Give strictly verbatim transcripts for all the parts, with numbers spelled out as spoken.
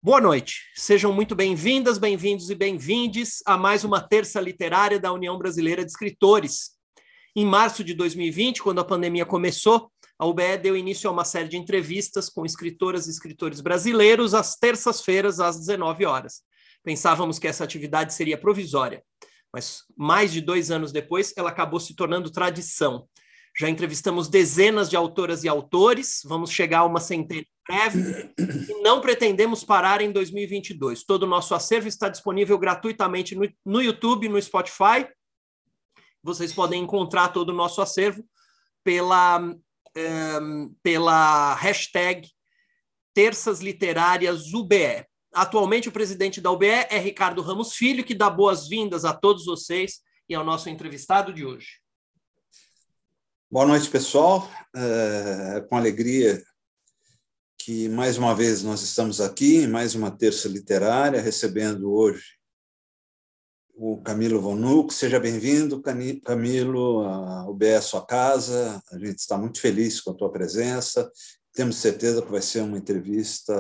Boa noite, sejam muito bem-vindas, bem-vindos e bem-vindes a mais uma terça literária da União Brasileira de Escritores. Em março de dois mil e vinte, quando a pandemia começou, a U B E deu início a uma série de entrevistas com escritoras e escritores brasileiros às terças-feiras, às dezenove horas. Pensávamos que essa atividade seria provisória, mas mais de dois anos depois, ela acabou se tornando tradição. Já entrevistamos dezenas de autoras e autores, vamos chegar a uma centena em breve, e não pretendemos parar em dois mil e vinte e dois. Todo o nosso acervo está disponível gratuitamente no, no YouTube, no Spotify. Vocês podem encontrar todo o nosso acervo pela, um, pela hashtag Terças Literárias U B E. Atualmente, o presidente da U B E é Ricardo Ramos Filho, que dá boas-vindas a todos vocês e ao nosso entrevistado de hoje. Boa noite, pessoal. É com alegria que, mais uma vez, nós estamos aqui em mais uma terça literária, recebendo hoje o Camilo Vanucchi. Seja bem-vindo, Camilo, a U B E é a sua casa. A gente está muito feliz com a tua presença. Temos certeza que vai ser uma entrevista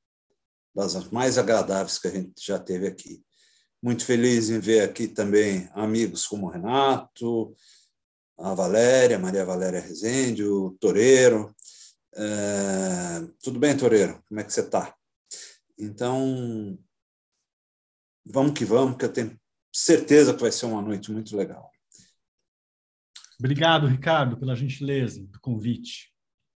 das mais agradáveis que a gente já teve aqui. Muito feliz em ver aqui também amigos como o Renato, a Valéria, Maria Valéria Rezende, o Toreiro. É, tudo bem, Toreiro? Como é que você está? Então, vamos que vamos, que eu tenho certeza que vai ser uma noite muito legal. Obrigado, Ricardo, pela gentileza do convite.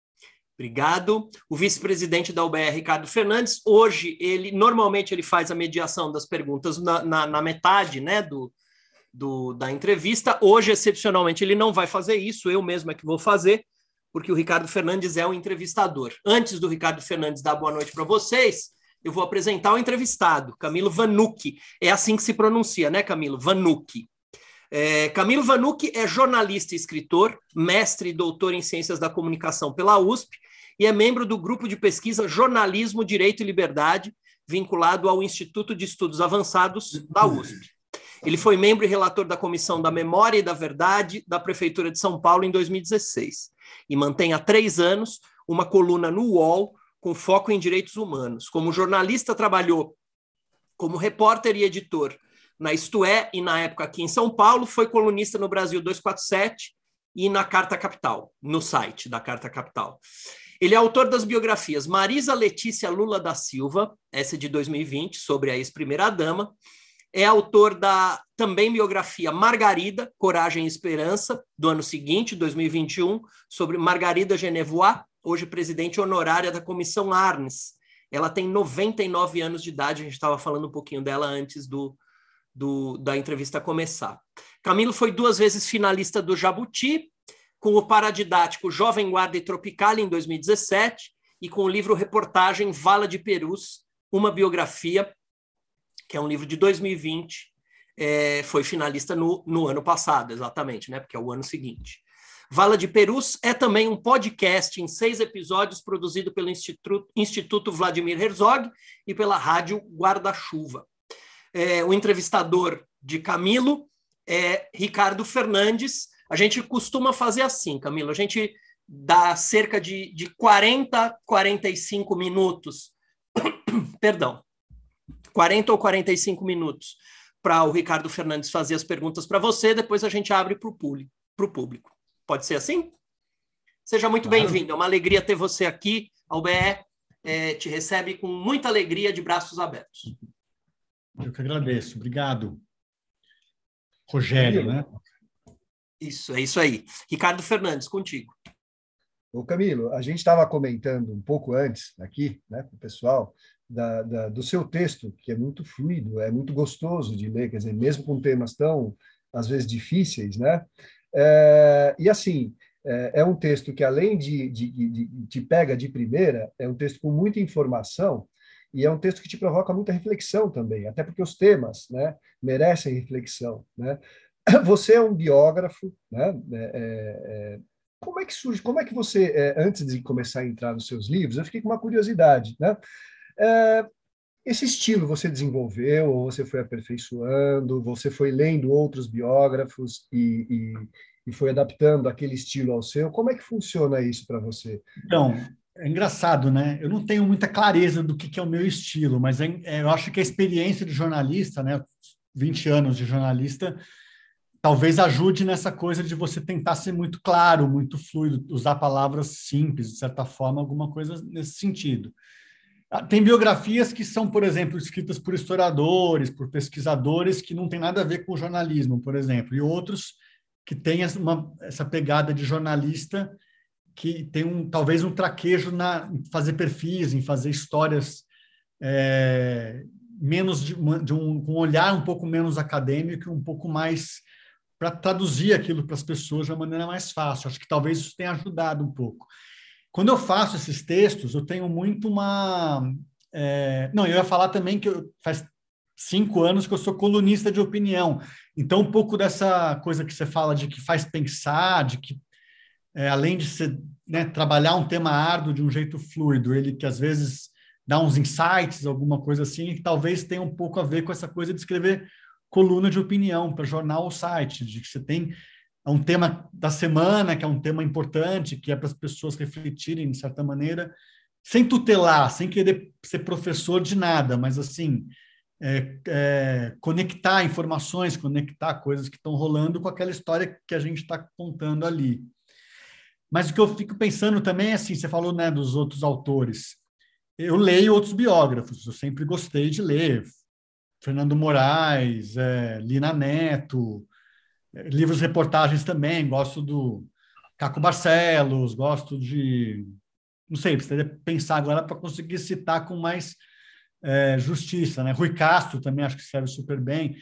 Obrigado. O vice-presidente da U B E, Ricardo Fernandes, hoje, ele normalmente ele faz a mediação das perguntas na, na, na metade, né, do, do, da entrevista. Hoje, excepcionalmente, ele não vai fazer isso, eu mesmo é que vou fazer, porque o Ricardo Fernandes é o entrevistador. Antes do Ricardo Fernandes dar boa noite para vocês, eu vou apresentar o entrevistado, Camilo Vanucchi. É assim que se pronuncia, né, Camilo? Vanucchi. É, Camilo Vanucchi é jornalista e escritor, mestre e doutor em Ciências da Comunicação pela U S P e é membro do grupo de pesquisa Jornalismo, Direito e Liberdade, vinculado ao Instituto de Estudos Avançados da U S P. Ele foi membro e relator da Comissão da Memória e da Verdade da Prefeitura de São Paulo em dois mil e dezesseis e mantém há três anos uma coluna no U O L com foco em direitos humanos. Como jornalista, trabalhou como repórter e editor na Isto É e, na época, aqui em São Paulo, foi colunista no Brasil duzentos e quarenta e sete e na Carta Capital, no site da Carta Capital. Ele é autor das biografias Marisa Letícia Lula da Silva, essa de dois mil e vinte, sobre a ex-primeira-dama. É autor da também biografia Margarida, Coragem e Esperança, do ano seguinte, dois mil e vinte e um, sobre Margarida Genevois, hoje presidente honorária da Comissão Arnes. Ela tem noventa e nove anos de idade, a gente estava falando um pouquinho dela antes do, do, da entrevista começar. Camilo foi duas vezes finalista do Jabuti, com o paradidático Jovem Guarda e Tropical em dois mil e dezessete, e com o livro reportagem Vala de Perus, uma biografia, que é um livro de dois mil e vinte, é, foi finalista no, no ano passado, exatamente, né, porque é o ano seguinte. Vala de Perus é também um podcast em seis episódios produzido pelo Instituto, Instituto Vladimir Herzog e pela Rádio Guarda-Chuva. É, o entrevistador de Camilo é Ricardo Fernandes. A gente costuma fazer assim, Camilo, a gente dá cerca de, de quarenta, quarenta e cinco minutos, perdão, quarenta ou quarenta e cinco minutos para o Ricardo Fernandes fazer as perguntas para você, depois a gente abre para o público. Pode ser assim? Seja muito claro. Bem-vindo, é uma alegria ter você aqui. A U B E é, te recebe com muita alegria, de braços abertos. Eu que agradeço, obrigado. Rogério, né? Isso, é isso aí. Ricardo Fernandes, contigo. Ô Camilo, a gente estava comentando um pouco antes aqui, né, com o pessoal, da, da, do seu texto, que é muito fluido, é muito gostoso de ler, quer dizer, mesmo com temas tão, às vezes, difíceis, né? É, e assim, é, é um texto que, além de, de, de, de te pega de primeira, é um texto com muita informação e é um texto que te provoca muita reflexão também, até porque os temas, né, merecem reflexão, né? Você é um biógrafo, né? É, é, como é que surge, como é que você, é, antes de começar a entrar nos seus livros, eu fiquei com uma curiosidade, né? É, esse estilo você desenvolveu, ou você foi aperfeiçoando, você foi lendo outros biógrafos e, e, e foi adaptando aquele estilo ao seu? Como é que funciona isso para você? Então, É engraçado, né? Eu não tenho muita clareza do que, que é o meu estilo, mas é, é, eu acho que a experiência de jornalista, né? vinte anos de jornalista, talvez ajude nessa coisa de você tentar ser muito claro, muito fluido, usar palavras simples, de certa forma, alguma coisa nesse sentido. Tem biografias que são, por exemplo, escritas por historiadores, por pesquisadores, que não tem nada a ver com o jornalismo, por exemplo, e outros que têm uma, essa pegada de jornalista que tem um, talvez um traquejo na, em fazer perfis, em fazer histórias é, menos de, de um, um olhar um pouco menos acadêmico, um pouco mais para traduzir aquilo para as pessoas de uma maneira mais fácil. Acho que talvez isso tenha ajudado um pouco. Quando eu faço esses textos, eu tenho muito uma... É, não, eu ia falar também que eu, faz cinco anos que eu sou colunista de opinião. Então, um pouco dessa coisa que você fala de que faz pensar, de que, é, além de ser, né, trabalhar um tema árduo de um jeito fluido, ele que às vezes dá uns insights, alguma coisa assim, que talvez tenha um pouco a ver com essa coisa de escrever coluna de opinião para jornal ou site, de que você tem um tema da semana, que é um tema importante, que é para as pessoas refletirem, de certa maneira, sem tutelar, sem querer ser professor de nada, mas assim, é, é, conectar informações, conectar coisas que estão rolando com aquela história que a gente está contando ali. Mas o que eu fico pensando também é assim, você falou, né, dos outros autores. Eu leio outros biógrafos, eu sempre gostei de ler. Fernando Moraes, é, Lina Neto, livros reportagens também, gosto do Caco Barcelos, gosto de... Não sei, precisaria pensar agora para conseguir citar com mais é, justiça, né? Rui Castro também acho que escreve super bem.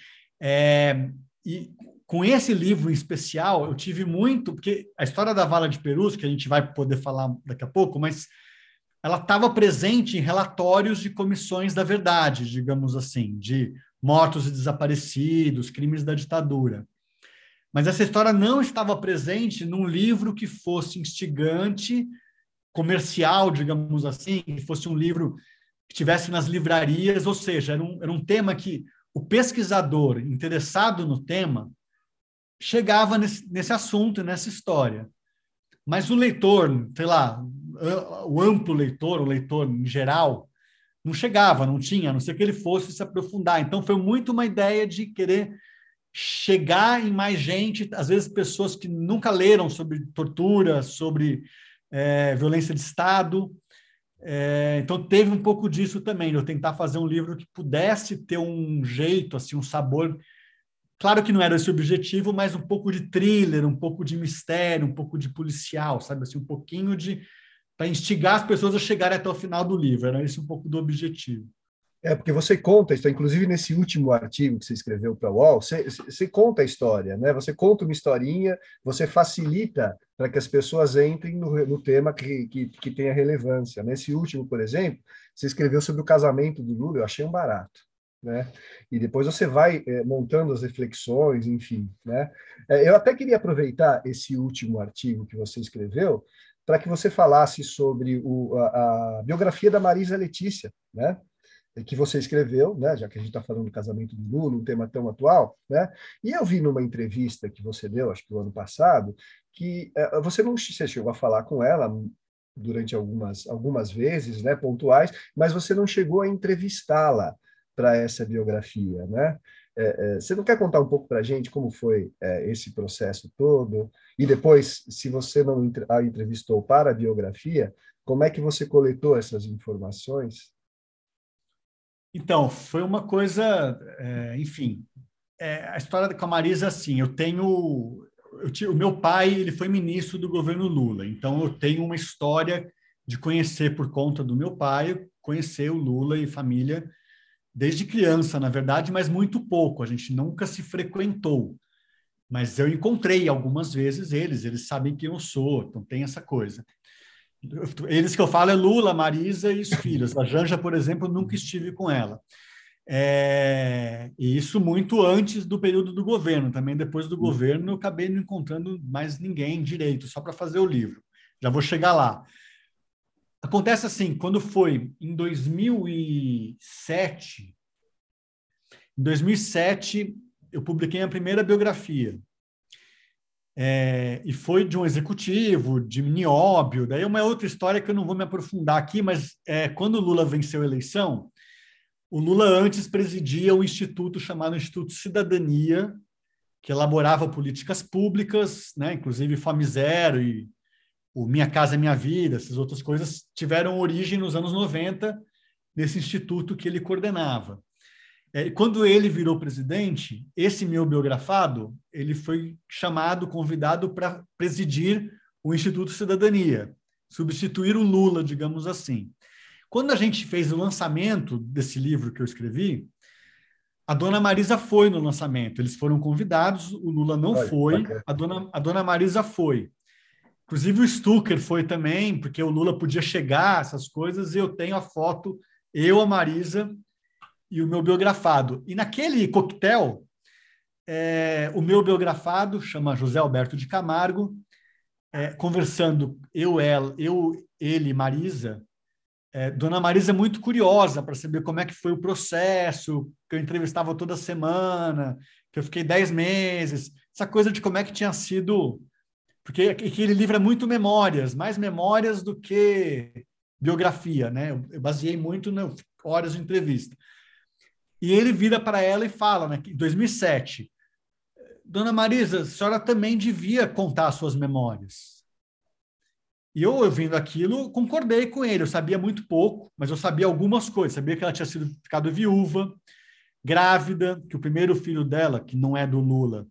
É, e com esse livro em especial, eu tive muito... Porque a história da Vala de Perus, que a gente vai poder falar daqui a pouco, mas ela estava presente em relatórios de comissões da verdade, digamos assim, de mortos e desaparecidos, crimes da ditadura. Mas essa história não estava presente num livro que fosse instigante, comercial, digamos assim, que fosse um livro que estivesse nas livrarias, ou seja, era um, era um tema que o pesquisador interessado no tema chegava nesse, nesse assunto, nessa história. Mas o leitor, sei lá, o amplo leitor, o leitor em geral, não chegava, não tinha, a não ser que ele fosse se aprofundar. Então, foi muito uma ideia de querer chegar em mais gente, às vezes pessoas que nunca leram sobre tortura, sobre é, violência de Estado. É, então, teve um pouco disso também, de eu tentar fazer um livro que pudesse ter um jeito, assim, um sabor. Claro que não era esse o objetivo, mas um pouco de thriller, um pouco de mistério, um pouco de policial, sabe? Assim, um pouquinho de... para instigar as pessoas a chegarem até o final do livro. Era esse um pouco do objetivo. É, porque você conta a história, inclusive nesse último artigo que você escreveu para a U O L, você, você conta a história, né? Você conta uma historinha, você facilita para que as pessoas entrem no, no tema que, que, que tenha relevância. Nesse último, por exemplo, você escreveu sobre o casamento do Lula, eu achei um barato. Né? E depois você vai é, montando as reflexões, enfim. Né? É, eu até queria aproveitar esse último artigo que você escreveu para que você falasse sobre o, a, a biografia da Marisa Letícia, né? Que você escreveu, né, já que a gente está falando do casamento do Lula, um tema tão atual, né? E eu vi numa entrevista que você deu, acho que no ano passado, que uh, você não você chegou a falar com ela durante algumas, algumas vezes, né, pontuais, mas você não chegou a entrevistá-la para essa biografia, né? É, é, você não quer contar um pouco para a gente como foi é, esse processo todo? E depois, se você não a entrevistou para a biografia, como é que você coletou essas informações? Então, foi uma coisa, é, enfim, é, a história com a Marisa, assim, eu tenho, eu tinha, o meu pai, ele foi ministro do governo Lula, então eu tenho uma história de conhecer por conta do meu pai, conhecer o Lula e família desde criança, na verdade, mas muito pouco, a gente nunca se frequentou, mas eu encontrei algumas vezes eles, eles sabem quem eu sou, então tem essa coisa. Eles que eu falo é Lula, Marisa e os filhos. A Janja, por exemplo, nunca estive com ela. É, e isso muito antes do período do governo. Também depois do governo eu acabei não encontrando mais ninguém direito, só para fazer o livro. Já vou chegar lá. Acontece assim, quando foi em dois mil e sete, em dois mil e sete eu publiquei a primeira biografia. É, e foi de um executivo, de nióbio. Daí é uma outra história que eu não vou me aprofundar aqui, mas é, quando o Lula venceu a eleição, o Lula antes presidia um instituto chamado Instituto Cidadania, que elaborava políticas públicas, né, inclusive Fome Zero e o Minha Casa Minha Vida, essas outras coisas tiveram origem nos anos noventa, nesse instituto que ele coordenava. E quando ele virou presidente, esse meu biografado, ele foi chamado, convidado para presidir o Instituto Cidadania, substituir o Lula, digamos assim. Quando a gente fez o lançamento desse livro que eu escrevi, a dona Marisa foi no lançamento. Eles foram convidados, o Lula não Olha, foi, a dona, a dona Marisa foi. Inclusive o Stucker foi também, porque o Lula podia chegar, essas coisas, e eu tenho a foto, eu, a Marisa e o meu biografado. E naquele coquetel, é, o meu biografado, chama José Alberto de Camargo, é, conversando, eu, ela, eu, ele, Marisa. É, dona Marisa é muito curiosa para saber como é que foi o processo, que eu entrevistava toda semana, que eu fiquei dez meses, essa coisa de como é que tinha sido... Porque aquele livro é muito memórias, mais memórias do que biografia, né? Eu baseei muito nas horas de entrevista. E ele vira para ela e fala, né, em dois mil e sete, Dona Marisa, a senhora também devia contar as suas memórias. E eu, ouvindo aquilo, concordei com ele. Eu sabia muito pouco, mas eu sabia algumas coisas. Sabia que ela tinha sido, ficado viúva, grávida, que o primeiro filho dela, que não é do Lula,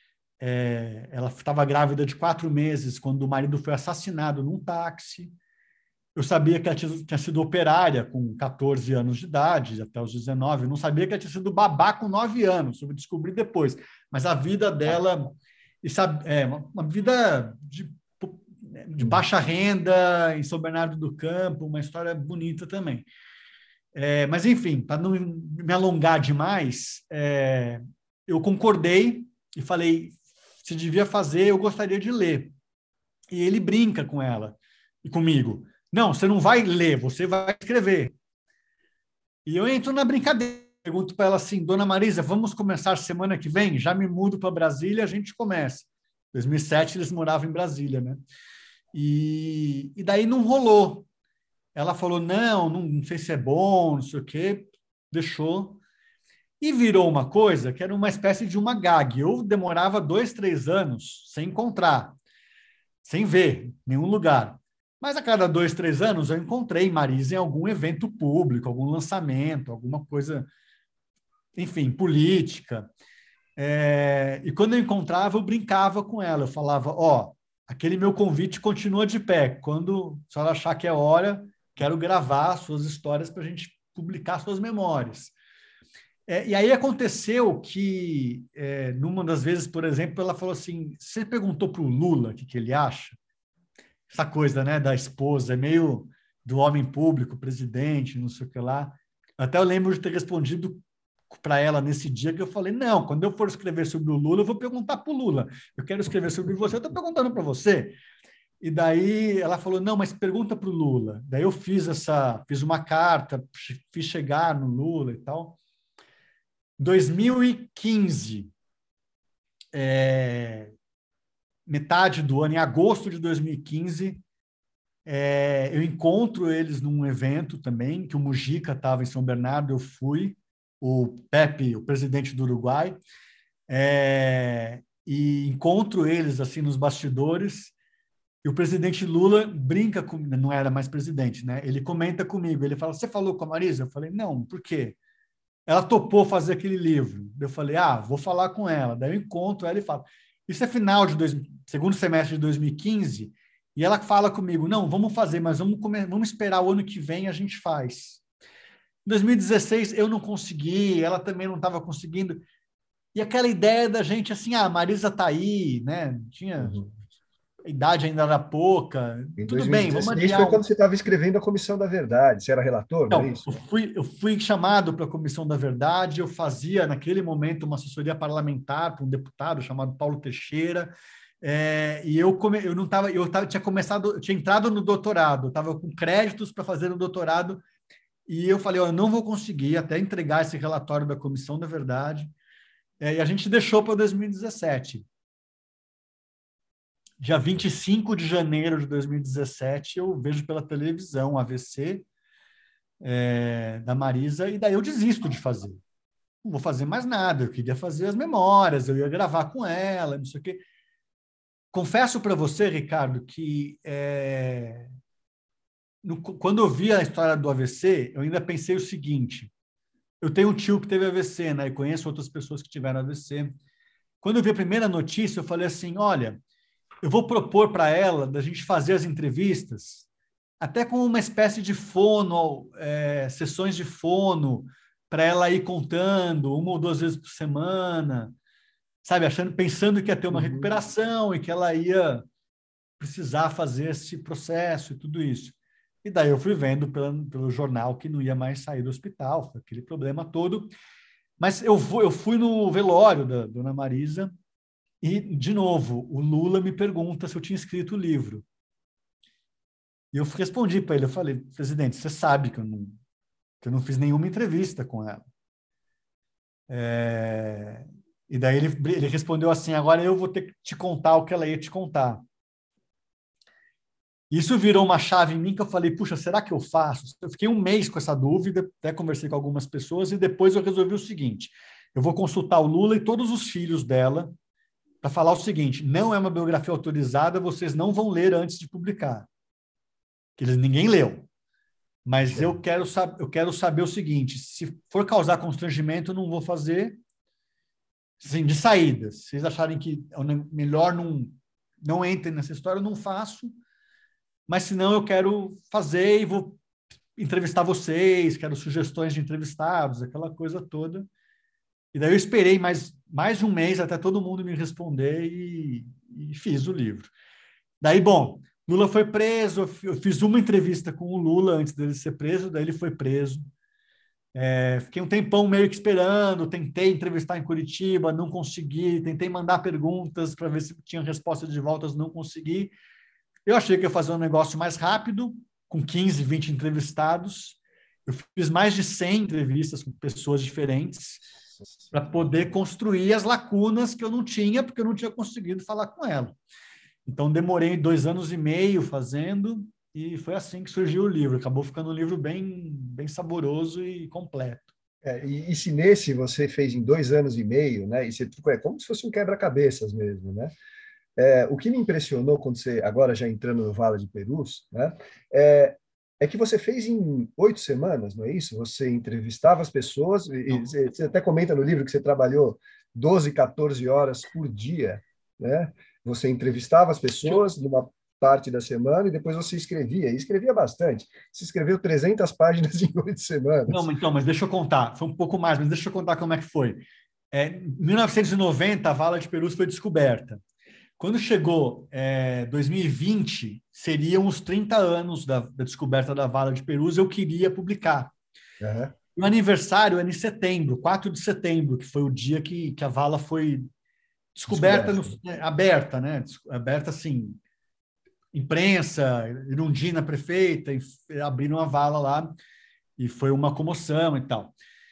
é, ela estava grávida de quatro meses quando o marido foi assassinado num táxi. Eu sabia que ela tinha, tinha sido operária com catorze anos de idade, até os dezenove. Eu não sabia que ela tinha sido babá com nove anos. Eu descobri depois. Mas a vida dela... E sabe, é, uma, uma vida de, de baixa renda, em São Bernardo do Campo, uma história bonita também. É, mas, enfim, para não me alongar demais, é, eu concordei e falei, se devia fazer, eu gostaria de ler. E ele brinca com ela e comigo. Não, você não vai ler, você vai escrever. E eu entro na brincadeira, pergunto para ela assim, Dona Marisa, vamos começar semana que vem? Já me mudo para Brasília, a gente começa. Em dois mil e sete eles moravam em Brasília, né? E, e daí não rolou. Ela falou, não, não, não sei se é bom, não sei o quê, deixou. E virou uma coisa que era uma espécie de uma gag. Eu demorava dois, três anos sem encontrar, sem ver em nenhum lugar. Mas a cada dois, três anos eu encontrei Marisa em algum evento público, algum lançamento, alguma coisa, enfim, política. É, e quando eu encontrava, eu brincava com ela. Eu falava, ó, oh, aquele meu convite continua de pé. Quando a senhora achar que é hora, quero gravar suas histórias para a gente publicar suas memórias. É, e aí aconteceu que, é, numa das vezes, por exemplo, ela falou assim, você perguntou para o Lula o que, que ele acha? Essa coisa, né, da esposa, é meio do homem público, presidente, não sei o que lá. Até eu lembro de ter respondido para ela nesse dia que eu falei, não, quando eu for escrever sobre o Lula, eu vou perguntar para o Lula. Eu quero escrever sobre você, eu estou perguntando para você. E daí ela falou, não, mas pergunta para o Lula. Daí eu fiz essa, fiz uma carta, fiz chegar no Lula e tal. dois mil e quinze, é, metade do ano, em agosto de dois mil e quinze, é, eu encontro eles num evento também, que o Mujica estava em São Bernardo, eu fui, o Pepe, o presidente do Uruguai, é, e encontro eles assim nos bastidores, e o presidente Lula brinca comigo, não era mais presidente, né? Ele comenta comigo, ele fala, você falou com a Marisa? Eu falei, não, por quê? Ela topou fazer aquele livro. Eu falei, ah, vou falar com ela. Daí eu encontro ela e falo, isso é final de dois, segundo semestre de dois mil e quinze, e ela fala comigo, não, vamos fazer, mas vamos, comer, vamos esperar o ano que vem a gente faz. Em dois mil e dezesseis eu não consegui, ela também não estava conseguindo. E aquela ideia da gente assim, ah, a Marisa está aí, né? Tinha... Uhum. A idade ainda era pouca. Em Tudo dois mil e dezesseis, bem, vamos adiar. Isso foi quando você estava escrevendo a Comissão da Verdade. Você era relator, não, não é isso? Eu fui, eu fui chamado para a Comissão da Verdade, eu fazia, naquele momento, uma assessoria parlamentar para um deputado chamado Paulo Teixeira, é, e eu, come, eu não tava, eu tava, tinha começado, eu tinha entrado no doutorado, eu estava com créditos para fazer o doutorado, e eu falei, ó, eu não vou conseguir até entregar esse relatório da Comissão da Verdade, é, e a gente deixou para dois mil e dezessete. dia vinte e cinco de janeiro de dois mil e dezessete, eu vejo pela televisão o A V C é, da Marisa, e daí eu desisto de fazer. Não vou fazer mais nada, eu queria fazer as memórias, eu ia gravar com ela, não sei o quê. Confesso para você, Ricardo, que é, no, quando eu vi a história do A V C, eu ainda pensei o seguinte, eu tenho um tio que teve A V C, né, e conheço outras pessoas que tiveram A V C. Quando eu vi a primeira notícia, eu falei assim, olha, eu vou propor para ela da gente fazer as entrevistas até com uma espécie de fono, é, sessões de fono, para ela ir contando uma ou duas vezes por semana, sabe, achando, pensando que ia ter uma uhum. recuperação e que ela ia precisar fazer esse processo e tudo isso. E daí eu fui vendo pelo, pelo jornal que não ia mais sair do hospital, aquele problema todo. Mas eu fui, eu fui no velório da dona Marisa e, de novo, o Lula me pergunta se eu tinha escrito o livro. E eu respondi para ele, eu falei, presidente, você sabe que eu não, que eu não fiz nenhuma entrevista com ela. É... E daí ele, ele respondeu assim, agora eu vou ter que te contar o que ela ia te contar. Isso virou uma chave em mim que eu falei, puxa, será que eu faço? Eu fiquei um mês com essa dúvida, até conversei com algumas pessoas e depois eu resolvi o seguinte, eu vou consultar o Lula e todos os filhos dela para falar o seguinte, não é uma biografia autorizada, vocês não vão ler antes de publicar. Que eles, ninguém leu. Mas eu quero, eu quero saber o seguinte, se for causar constrangimento, eu não vou fazer assim, de saída. Se vocês acharem que é melhor não, não entrem nessa história, eu não faço. Mas, se não, eu quero fazer e vou entrevistar vocês, quero sugestões de entrevistados, aquela coisa toda. E daí eu esperei mais, mais de um mês até todo mundo me responder e, e fiz o livro. Daí, bom, Lula foi preso, eu fiz uma entrevista com o Lula antes dele ser preso, daí ele foi preso. É, fiquei um tempão meio que esperando, tentei entrevistar em Curitiba, não consegui, tentei mandar perguntas para ver se tinha resposta de voltas, não consegui. Eu achei que ia fazer um negócio mais rápido, com quinze, vinte entrevistados. Eu fiz mais de cem entrevistas com pessoas diferentes para poder construir as lacunas que eu não tinha, porque eu não tinha conseguido falar com ela. Então, demorei dois anos e meio fazendo e foi assim que surgiu o livro. Acabou ficando um livro bem, bem saboroso e completo. É, e, e se nesse você fez em dois anos e meio, né? E você, é como se fosse um quebra-cabeças mesmo, né? É, o que me impressionou quando você, agora já entrando no Vale de Perus, né, é, é que você fez em oito semanas, não é isso? Você entrevistava as pessoas, e você, você até comenta no livro que você trabalhou doze, quatorze horas por dia, né? Você entrevistava as pessoas numa parte da semana e depois você escrevia, e escrevia bastante. Você escreveu trezentas páginas em oito semanas. Não, então, mas deixa eu contar, foi um pouco mais, mas deixa eu contar como é que foi. É, em mil novecentos e noventa, a Vala de Perus foi descoberta. Quando chegou é, dois mil e vinte, seriam os trinta anos da, da descoberta da Vala de Perus, eu queria publicar. Uhum. O aniversário era em setembro, quatro de setembro, que foi o dia que, que a Vala foi descoberta, no, é, aberta, né? Aberta, assim, imprensa, Irundina, prefeita, abriram a Vala lá e foi uma comoção e tal.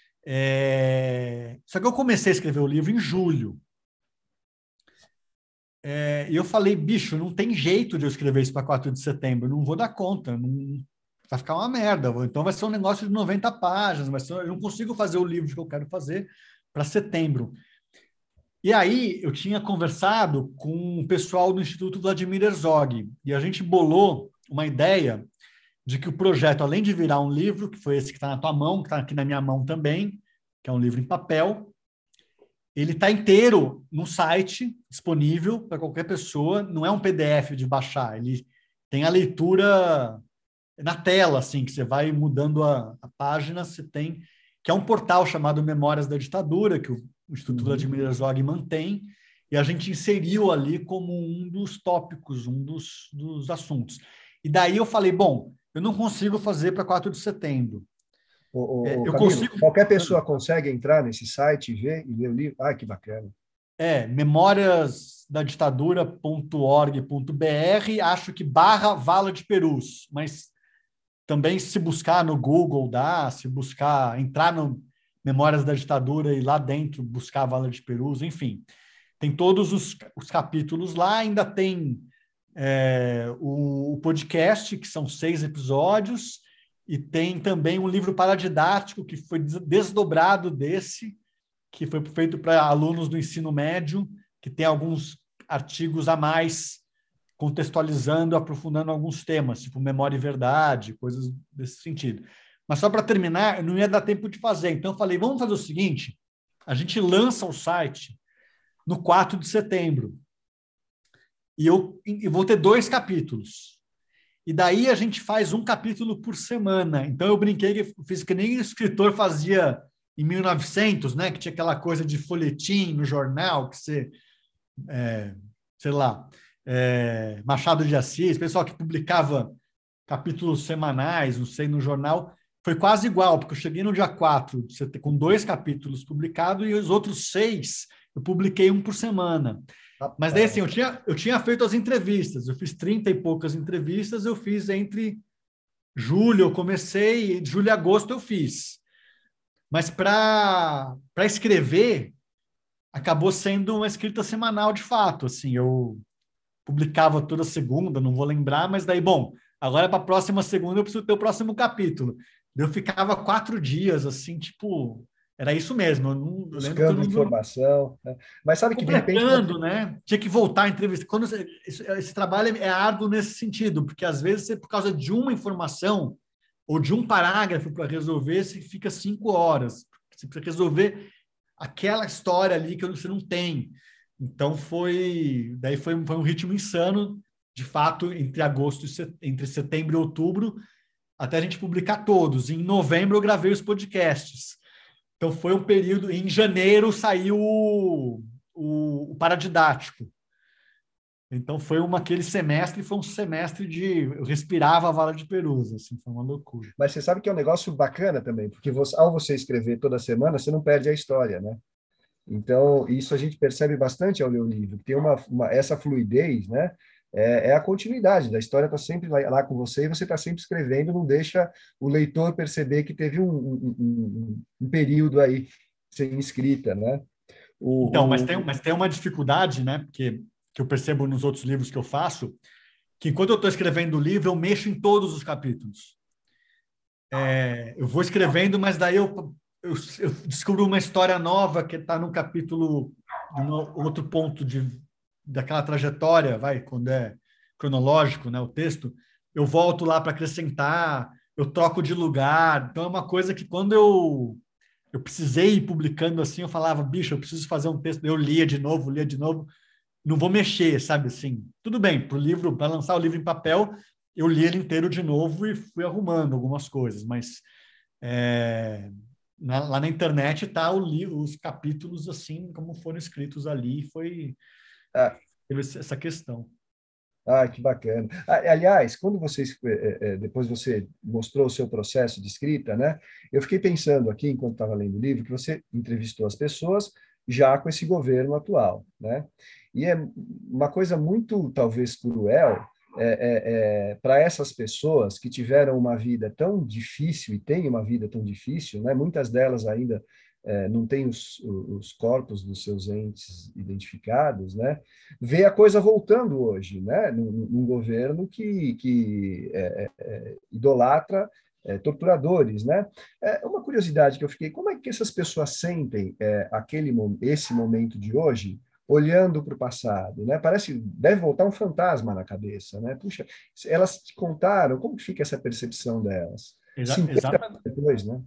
É... Só que eu comecei a escrever o livro em julho. É, e eu falei, bicho, não tem jeito de eu escrever isso para quatro de setembro, não vou dar conta, não, vai ficar uma merda. Então vai ser um negócio de noventa páginas, vai ser, eu não consigo fazer o livro que eu quero fazer para setembro. E aí eu tinha conversado com o pessoal do Instituto Vladimir Herzog, e a gente bolou uma ideia de que o projeto, além de virar um livro, que foi esse que está na tua mão, que está aqui na minha mão também, que é um livro em papel, ele está inteiro no site, disponível para qualquer pessoa, não é um P D F de baixar, ele tem a leitura na tela, assim, que você vai mudando a, a página, você tem, que é um portal chamado Memórias da Ditadura, que o, o Instituto uhum. Vladimir Herzog mantém, e a gente inseriu ali como um dos tópicos, um dos, dos assuntos. E daí eu falei, bom, eu não consigo fazer para quatro de setembro. O, o, é, eu Camilo, consigo... Qualquer pessoa consegue entrar nesse site e ver e ler o livro? Ai, que bacana. É, memórias da ditadura ponto org ponto br, acho que barra Vala de Perus, mas também se buscar no Google dá, se buscar, entrar no Memórias da Ditadura e lá dentro buscar a Vala de Perus, enfim. Tem todos os, os capítulos lá, ainda tem é, o, o podcast, que são seis episódios, e tem também um livro paradidático que foi desdobrado desse, que foi feito para alunos do ensino médio, que tem alguns artigos a mais contextualizando, aprofundando alguns temas, tipo memória e verdade, coisas desse sentido. Mas só para terminar, não ia dar tempo de fazer. Então eu falei, vamos fazer o seguinte, a gente lança o site no quatro de setembro. E eu, eu vou ter dois capítulos. E daí a gente faz um capítulo por semana. Então eu brinquei, que fiz que nem o escritor fazia em mil e novecentos, né? Que tinha aquela coisa de folhetim no jornal, que você, é, sei lá, é, Machado de Assis, pessoal que publicava capítulos semanais, não sei, no jornal, foi quase igual, porque eu cheguei no dia quatro, com dois capítulos publicados, e os outros seis eu publiquei um por semana. Mas daí, assim, eu tinha, eu tinha feito as entrevistas, eu fiz trinta e poucas entrevistas, eu fiz entre julho, eu comecei, e de julho e agosto eu fiz. Mas para para escrever, acabou sendo uma escrita semanal de fato, assim, eu publicava toda segunda, não vou lembrar, mas daí, bom, agora para a próxima segunda eu preciso ter o próximo capítulo. Eu ficava quatro dias, assim, tipo, era isso mesmo. Eu, não, eu lembro que eu não informação, né? Mas sabe que de repente completando, né? Tinha que voltar à entrevista. Quando você, esse, esse trabalho é árduo nesse sentido, porque às vezes você, por causa de uma informação ou de um parágrafo para resolver, você fica cinco horas. Você precisa resolver aquela história ali que você não tem. Então foi, daí foi, foi um ritmo insano, de fato, entre agosto e set, entre setembro e outubro, até a gente publicar todos. Em novembro eu gravei os podcasts. Então foi um período. Em janeiro saiu o, o, o paradidático. Então foi uma, aquele semestre, foi um semestre de eu respirava a vala de Perusa, assim, foi uma loucura. Mas você sabe que é um negócio bacana também, porque você, ao você escrever toda semana, você não perde a história, né? Então, isso a gente percebe bastante ao ler o livro, tem uma, uma essa fluidez, né? É, é a continuidade, da história está sempre lá, lá com você e você está sempre escrevendo, não deixa o leitor perceber que teve um, um, um, um período aí sem escrita, né? O, então, o... Mas, tem, mas tem uma dificuldade, né? Porque, que eu percebo nos outros livros que eu faço, que enquanto eu estou escrevendo o livro, eu mexo em todos os capítulos. É, eu vou escrevendo, mas daí eu Eu, eu descubro uma história nova que está no capítulo de um outro ponto de, daquela trajetória, vai, quando é cronológico, né, o texto, eu volto lá para acrescentar, eu troco de lugar. Então é uma coisa que quando eu eu precisei ir publicando assim, eu falava, bicho, eu preciso fazer um texto, eu lia de novo, lia de novo, não vou mexer, sabe assim. Tudo bem, para o livro, para lançar o livro em papel, eu li ele inteiro de novo e fui arrumando algumas coisas, mas é... Na, lá na internet tá o li, os capítulos assim como foram escritos ali, foi ah. teve essa questão. Ah, que bacana. Aliás, quando vocês depois você mostrou o seu processo de escrita, né? Eu fiquei pensando aqui enquanto estava lendo o livro que você entrevistou as pessoas já com esse governo atual, né? E é uma coisa muito talvez cruel. É, é, é, para essas pessoas que tiveram uma vida tão difícil e têm uma vida tão difícil, né? Muitas delas ainda é, não têm os, os corpos dos seus entes identificados, né? Ver a coisa voltando hoje, né? Num, num governo que, que é, é, idolatra é, torturadores, né? É, uma curiosidade que eu fiquei, como é que essas pessoas sentem é, aquele, esse momento de hoje, olhando para o passado, né? Parece, deve voltar um fantasma na cabeça, né? Puxa, elas te contaram, como que fica essa percepção delas? Exa exatamente. Depois, né?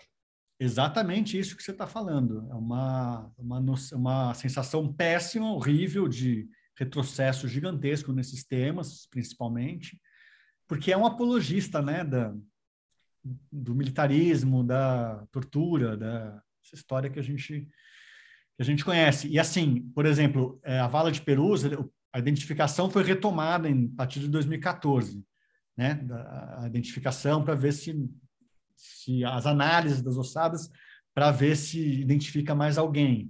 Exatamente isso que você está falando. É uma, uma, uma sensação péssima, horrível, de retrocesso gigantesco nesses temas, principalmente, porque é um apologista, né, da, do militarismo, da tortura, da essa história que a gente que a gente conhece. E assim, por exemplo, a vala de Perusa, a identificação foi retomada em, a partir de dois mil e quatorze, né? A identificação para ver se, se as análises das ossadas para ver se identifica mais alguém.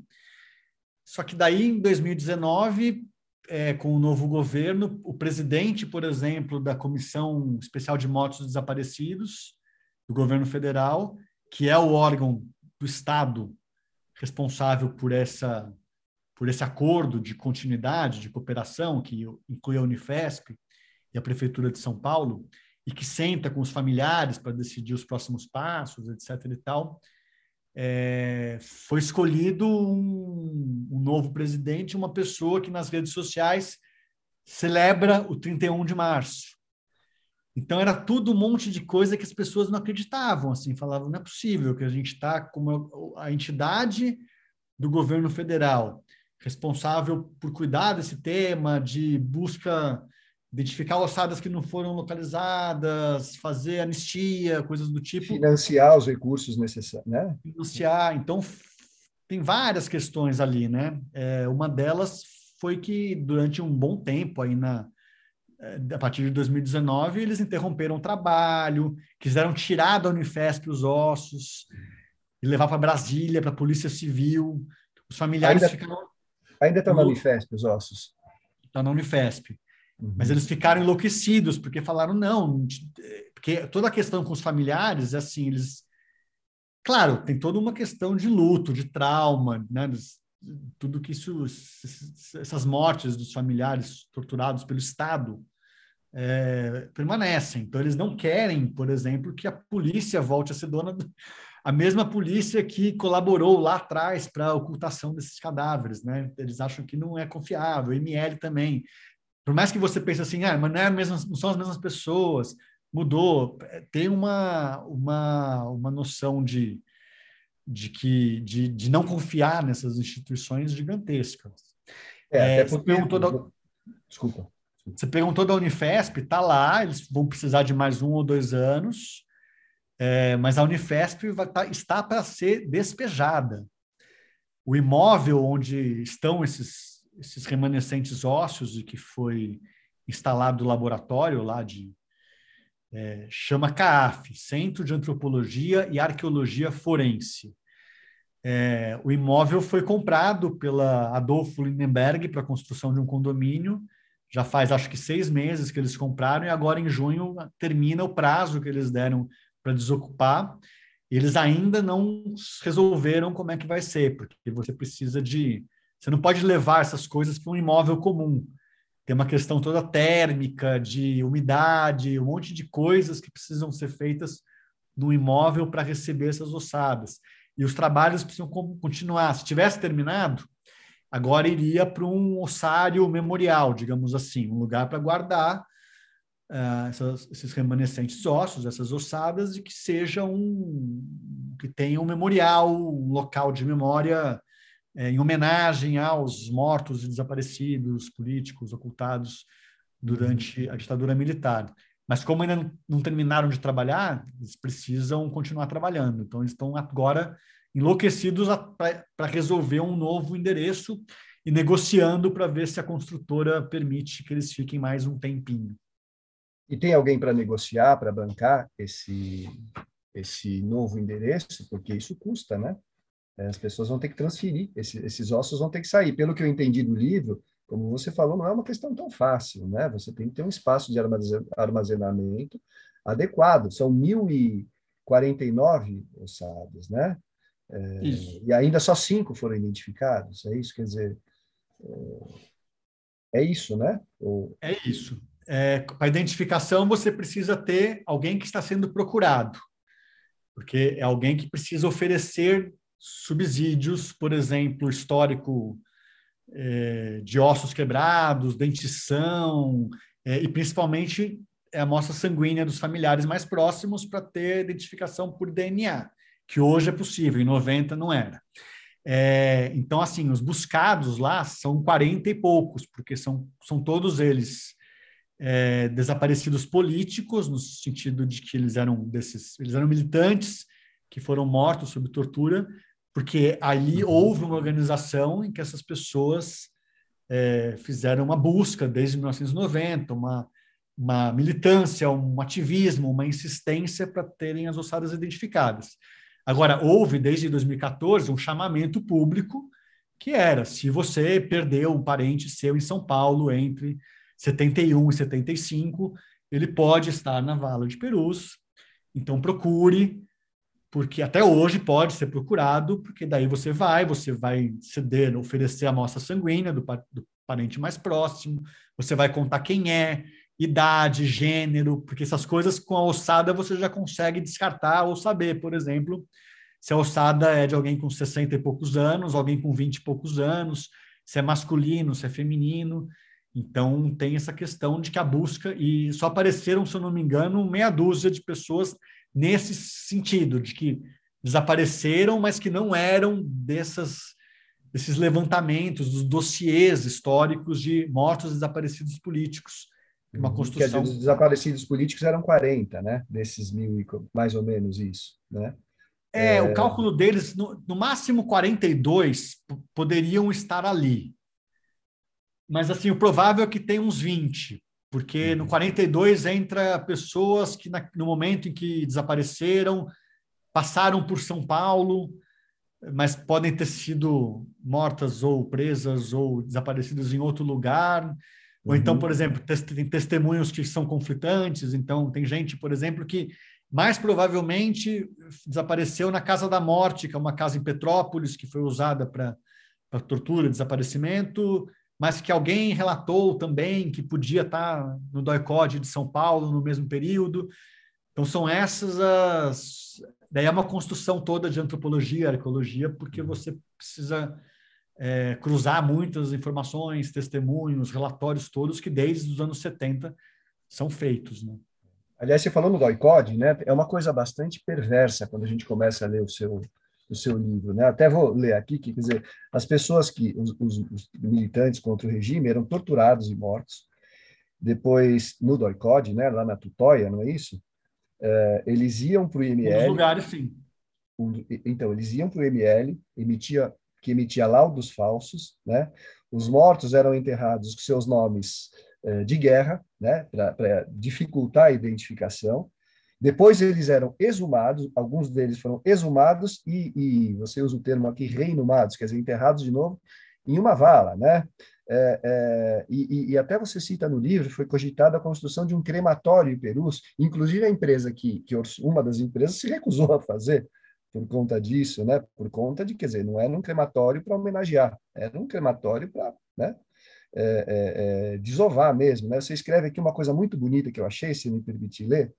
Só que daí, em dois mil e dezenove, é, com o novo governo, o presidente, por exemplo, da Comissão Especial de Mortos e Desaparecidos, do governo federal, que é o órgão do Estado responsável por essa por esse acordo de continuidade, de cooperação, que inclui a Unifesp e a Prefeitura de São Paulo, e que senta com os familiares para decidir os próximos passos, etc e tal, é, foi escolhido um, um novo presidente, uma pessoa que nas redes sociais celebra o trinta e um de março. Então, era tudo um monte de coisa que as pessoas não acreditavam, assim, falavam, não é possível que a gente está com a entidade do governo federal responsável por cuidar desse tema, de busca, identificar ossadas que não foram localizadas, fazer anistia, coisas do tipo. Financiar os recursos necessários, né? Financiar. Então, tem várias questões ali, né? É, uma delas foi que, durante um bom tempo, aí na, a partir de dois mil e dezenove, eles interromperam o trabalho, quiseram tirar da Unifesp os ossos e levar para Brasília, para a Polícia Civil. Os familiares ainda, ficaram... Ainda está na Unifesp, os ossos? Está na Unifesp. Uhum. Mas eles ficaram enlouquecidos, porque falaram, não... Porque toda a questão com os familiares, assim, eles... Claro, tem toda uma questão de luto, de trauma, né? Tudo que isso... Essas mortes dos familiares torturados pelo Estado é, permanecem. Então, eles não querem, por exemplo, que a polícia volte a ser dona... Do... A mesma polícia que colaborou lá atrás para a ocultação desses cadáveres, né? Eles acham que não é confiável, o M L também. Por mais que você pense assim, ah, mas não, é a mesma, não são as mesmas pessoas, mudou. Tem uma, uma, uma noção de, de, que, de, de não confiar nessas instituições gigantescas. É, É, até porque... Você perguntou da, Desculpa. Você perguntou da Unifesp, está lá, eles vão precisar de mais um ou dois anos. É, mas a Unifesp vai tá, está para ser despejada. O imóvel onde estão esses, esses remanescentes ósseos e que foi instalado o laboratório lá de... É, chama CAAF, Centro de Antropologia e Arqueologia Forense. É, o imóvel foi comprado pela Adolfo Lindenberg para a construção de um condomínio. Já faz, acho que, seis meses que eles compraram e agora, em junho, termina o prazo que eles deram para desocupar. Eles ainda não resolveram como é que vai ser, porque você precisa de... Você não pode levar essas coisas para um imóvel comum. Tem uma questão toda térmica, de umidade, um monte de coisas que precisam ser feitas no imóvel para receber essas ossadas. E os trabalhos precisam continuar. Se tivesse terminado, agora iria para um ossário memorial, digamos assim, um lugar para guardar Uh, essas, esses remanescentes ossos, essas ossadas, e que seja um... que tenha um memorial, um local de memória é, em homenagem aos mortos e desaparecidos, políticos, ocultados durante a ditadura militar. Mas como ainda não, não terminaram de trabalhar, eles precisam continuar trabalhando. Então, eles estão agora enlouquecidos para resolver um novo endereço e negociando para ver se a construtora permite que eles fiquem mais um tempinho. E tem alguém para negociar, para bancar esse, esse novo endereço? Porque isso custa, né? As pessoas vão ter que transferir, esse, esses ossos vão ter que sair. Pelo que eu entendi do livro, como você falou, não é uma questão tão fácil, né? Você tem que ter um espaço de armazenamento adequado. São mil e quarenta e nove ossadas, né? É, e ainda só cinco foram identificados, é isso? Quer dizer, é, é isso, né? Ou... É isso. É, para identificação, você precisa ter alguém que está sendo procurado, porque é alguém que precisa oferecer subsídios, por exemplo, histórico é, de ossos quebrados, dentição, é, e principalmente a amostra sanguínea dos familiares mais próximos para ter identificação por D N A, que hoje é possível, em noventa não era. É, então, assim, os buscados lá são quarenta e poucos, porque são, são todos eles É, desaparecidos políticos, no sentido de que eles eram desses, eles eram militantes que foram mortos sob tortura, porque ali houve uma organização em que essas pessoas é, fizeram uma busca desde mil novecentos e noventa, uma, uma militância, um ativismo, uma insistência para terem as ossadas identificadas. Agora, houve desde dois mil e quatorze um chamamento público que era, se você perdeu um parente seu em São Paulo entre setenta e um e setenta e cinco, ele pode estar na Vala de Perus, então procure, porque até hoje pode ser procurado, porque daí você vai, você vai ceder, oferecer a amostra sanguínea do, do parente mais próximo, você vai contar quem é, idade, gênero, porque essas coisas com a ossada você já consegue descartar ou saber, por exemplo, se a ossada é de alguém com sessenta e poucos anos, alguém com vinte e poucos anos, se é masculino, se é feminino. Então, tem essa questão de que a busca, e só apareceram, se eu não me engano, meia dúzia de pessoas nesse sentido, de que desapareceram, mas que não eram dessas, desses levantamentos, dos dossiês históricos de mortos e desaparecidos políticos. Uma construção... Quer dizer, os desaparecidos políticos eram quarenta, né? Desses mil, mais ou menos isso, né? É, é... o cálculo deles, no, no máximo quarenta e dois poderiam estar ali. Mas, assim, o provável é que tem uns vinte, porque no quarenta e dois entra pessoas que, na, no momento em que desapareceram, passaram por São Paulo, mas podem ter sido mortas ou presas ou desaparecidas em outro lugar. Ou então, uhum. por exemplo, tem testemunhos que são conflitantes. Então, tem gente, por exemplo, que mais provavelmente desapareceu na Casa da Morte, que é uma casa em Petrópolis, que foi usada para tortura, desaparecimento, mas que alguém relatou também que podia estar no D O I-C O D de São Paulo no mesmo período. Então, são essas as... Daí é uma construção toda de antropologia, arqueologia, porque você precisa é, cruzar muitas informações, testemunhos, relatórios todos que desde os anos setenta são feitos, né? Aliás, você falou no D O I-C O D, né? É uma coisa bastante perversa quando a gente começa a ler o seu... o seu livro, né? Até vou ler aqui, que, quer dizer, as pessoas que, os, os, os militantes contra o regime eram torturados e mortos. Depois, no D O I-C O D, né, lá na Tutóia, não é isso? É, eles iam para o I M L... Um dos lugares, sim. Um, então, eles iam para o I M L, emitia, que emitia laudos falsos, né? Os mortos eram enterrados com seus nomes é, de guerra, né, para dificultar a identificação. Depois eles eram exumados, alguns deles foram exumados e, e você usa o termo aqui, reinumados, quer dizer, enterrados de novo em uma vala, né? É, é, e, e até você cita no livro, foi cogitada a construção de um crematório em Perus, inclusive a empresa que, que uma das empresas se recusou a fazer por conta disso, né? Por conta de, quer dizer, não era um crematório para homenagear, era um crematório para, né? É, é, é, desovar mesmo, né? Você escreve aqui uma coisa muito bonita que eu achei, se me permitir ler.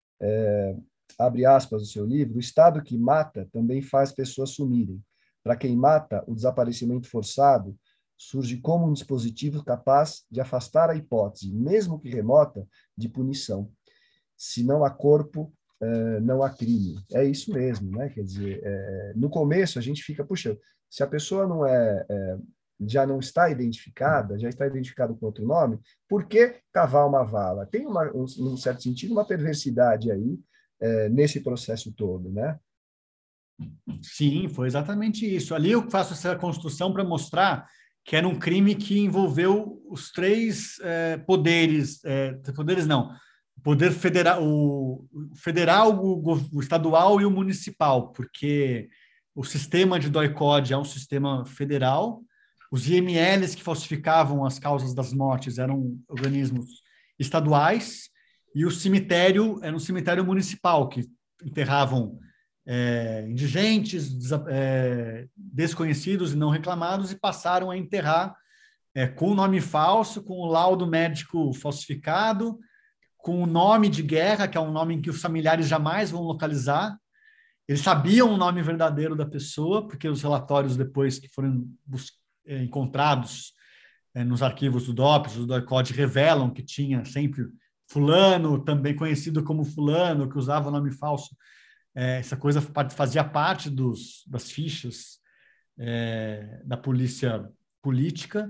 É, abre aspas do seu livro: o Estado que mata também faz pessoas sumirem. Para quem mata, o desaparecimento forçado surge como um dispositivo capaz de afastar a hipótese, mesmo que remota, de punição. Se não há corpo, é, não há crime. É isso mesmo, né? Quer dizer, é, no começo a gente fica, puxa, se a pessoa não é, é já não está identificada, já está identificada com outro nome, por que cavar uma vala? Tem, uma, um, um certo sentido, uma perversidade aí é, nesse processo todo, né? Sim, foi exatamente isso. Ali eu faço essa construção para mostrar que era um crime que envolveu os três é, poderes, é, poderes não, o poder federal, o federal, o, o estadual e o municipal, porque o sistema de D O I-C O D é um sistema federal. Os I M Ls que falsificavam as causas das mortes eram organismos estaduais, e o cemitério era um cemitério municipal, que enterravam é, indigentes, é, desconhecidos e não reclamados, e passaram a enterrar é, com o nome falso, com o laudo médico falsificado, com o nome de guerra, que é um nome que os familiares jamais vão localizar. Eles sabiam o nome verdadeiro da pessoa, porque os relatórios depois que foram buscados, encontrados é, nos arquivos do DOPS, do D O I-C O D, revelam que tinha sempre fulano, também conhecido como fulano, que usava nome falso. É, essa coisa fazia parte dos, das fichas é, da polícia política,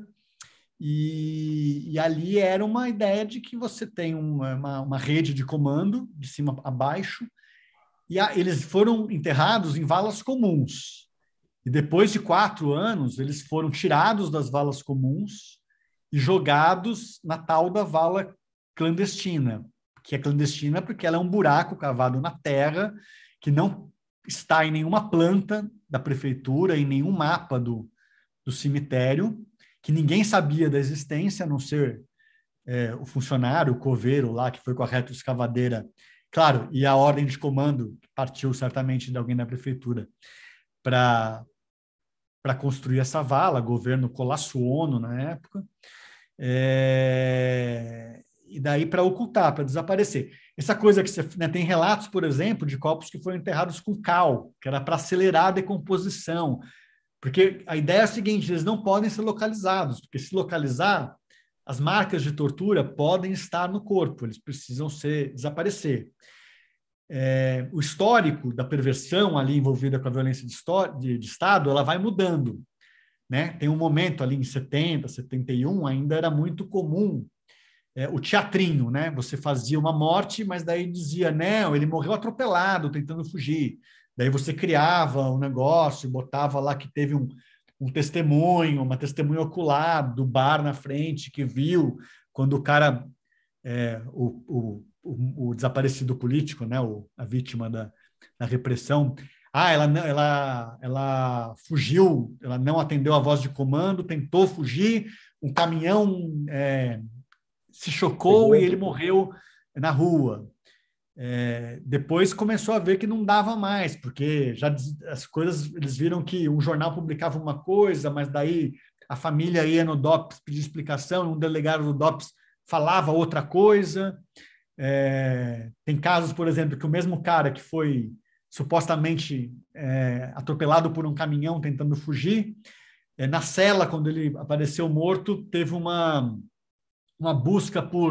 e, e ali era uma ideia de que você tem uma, uma, uma rede de comando, de cima a baixo, e a, eles foram enterrados em valas comuns. E depois de quatro anos, eles foram tirados das valas comuns e jogados na tal da vala clandestina, que é clandestina porque ela é um buraco cavado na terra, que não está em nenhuma planta da prefeitura, em nenhum mapa do, do cemitério, que ninguém sabia da existência, a não ser é, o funcionário, o coveiro lá, que foi com a retroescavadeira Claro, e a ordem de comando partiu certamente de alguém da prefeitura para para construir essa vala, governo Colassuono na época, é, e daí para ocultar, para desaparecer. Essa coisa que você, né, tem relatos, por exemplo, de corpos que foram enterrados com cal, que era para acelerar a decomposição, porque a ideia é a seguinte, eles não podem ser localizados, porque se localizar, as marcas de tortura podem estar no corpo, eles precisam ser desaparecer. É, o histórico da perversão ali envolvida com a violência de, de, de Estado, ela vai mudando, né? Tem um momento ali em setenta, setenta e um, ainda era muito comum é, o teatrinho, né? Você fazia uma morte, mas daí dizia, não, ele morreu atropelado, tentando fugir. Daí você criava um negócio, botava lá que teve um, um testemunho, uma testemunha ocular do bar na frente, que viu quando o cara, é, o, o O, o desaparecido político, né, o, a vítima da, da repressão, ah, ela, ela, ela fugiu, ela não atendeu a voz de comando, tentou fugir, um caminhão é, se chocou e ele morreu na rua. É, depois começou a ver que não dava mais, porque já as coisas, eles viram que um jornal publicava uma coisa, mas daí a família ia no DOPS pedir explicação, um delegado do DOPS falava outra coisa. É, tem casos, por exemplo, que o mesmo cara que foi supostamente é, atropelado por um caminhão tentando fugir, é, na cela, quando ele apareceu morto, teve uma, uma busca por...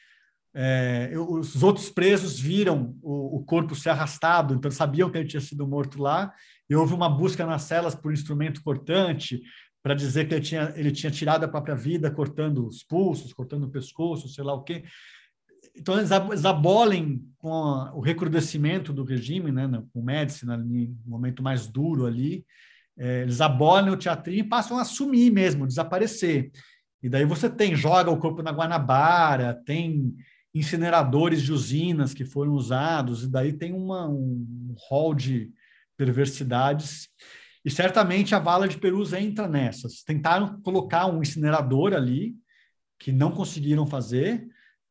É, os outros presos viram o, o corpo ser arrastado, então sabiam que ele tinha sido morto lá, e houve uma busca nas celas por instrumento cortante, para dizer que ele tinha, ele tinha tirado a própria vida, cortando os pulsos, cortando o pescoço, sei lá o quê. Então, eles abolem com a, o recrudescimento do regime, né, com o Médici, no momento mais duro ali, é, eles abolem o teatrinho e passam a sumir mesmo, desaparecer. E daí você tem, joga o corpo na Guanabara, tem incineradores de usinas que foram usados, e daí tem uma, um rol de perversidades. E certamente a Vala de Perus entra nessas. Tentaram colocar um incinerador ali, que não conseguiram fazer,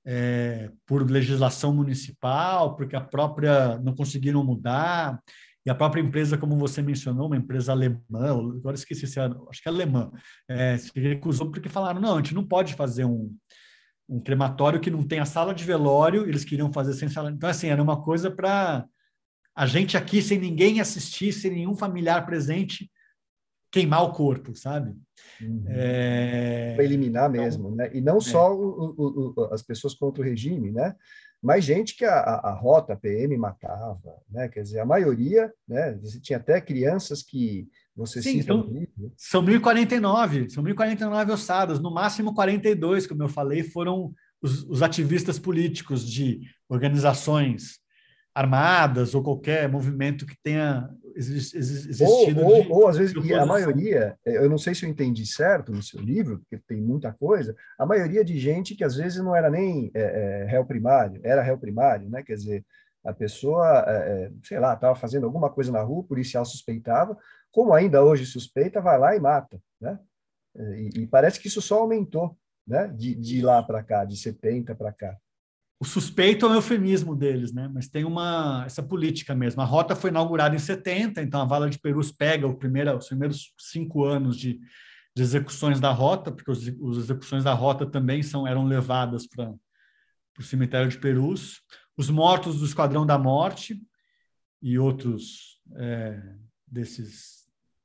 É, por legislação municipal, porque a própria não conseguiram mudar, e a própria empresa, como você mencionou, uma empresa alemã, agora esqueci se era, acho que é alemã, é, se recusou porque falaram, não, a gente não pode fazer um, um crematório que não tenha sala de velório, eles queriam fazer sem sala, então assim, era uma coisa para a gente aqui, sem ninguém assistir, sem nenhum familiar presente, queimar o corpo, sabe? Uhum. É... Para eliminar mesmo, então, né? E não é. só o, o, o, as pessoas contra o regime, né? Mas gente que a, a, a rota, a P M matava, né? Quer dizer, a maioria, né? Você tinha até crianças que você Sim, cita então, no livro. São mil e quarenta e nove, são mil e quarenta e nove ossadas, no máximo quarenta e dois, como eu falei, foram os, os ativistas políticos de organizações armadas ou qualquer movimento que tenha existido. Ou, ou, de, ou às vezes, de e a maioria, eu não sei se eu entendi certo no seu livro, porque tem muita coisa, a maioria de gente que às vezes não era nem é, é, réu primário, era réu primário, né? Quer dizer, a pessoa, é, sei lá, estava fazendo alguma coisa na rua, o policial suspeitava, como ainda hoje suspeita, vai lá e mata, né? E, e parece que isso só aumentou, né? De, de lá para cá, de setenta para cá. O suspeito é o eufemismo deles, né? Mas tem uma essa política mesmo. A rota foi inaugurada em setenta, então a Vala de Perus pega o primeiro, os primeiros cinco anos de, de execuções da rota, porque os, as execuções da rota também são, eram levadas para o cemitério de Perus. Os mortos do Esquadrão da Morte e outros é, desses...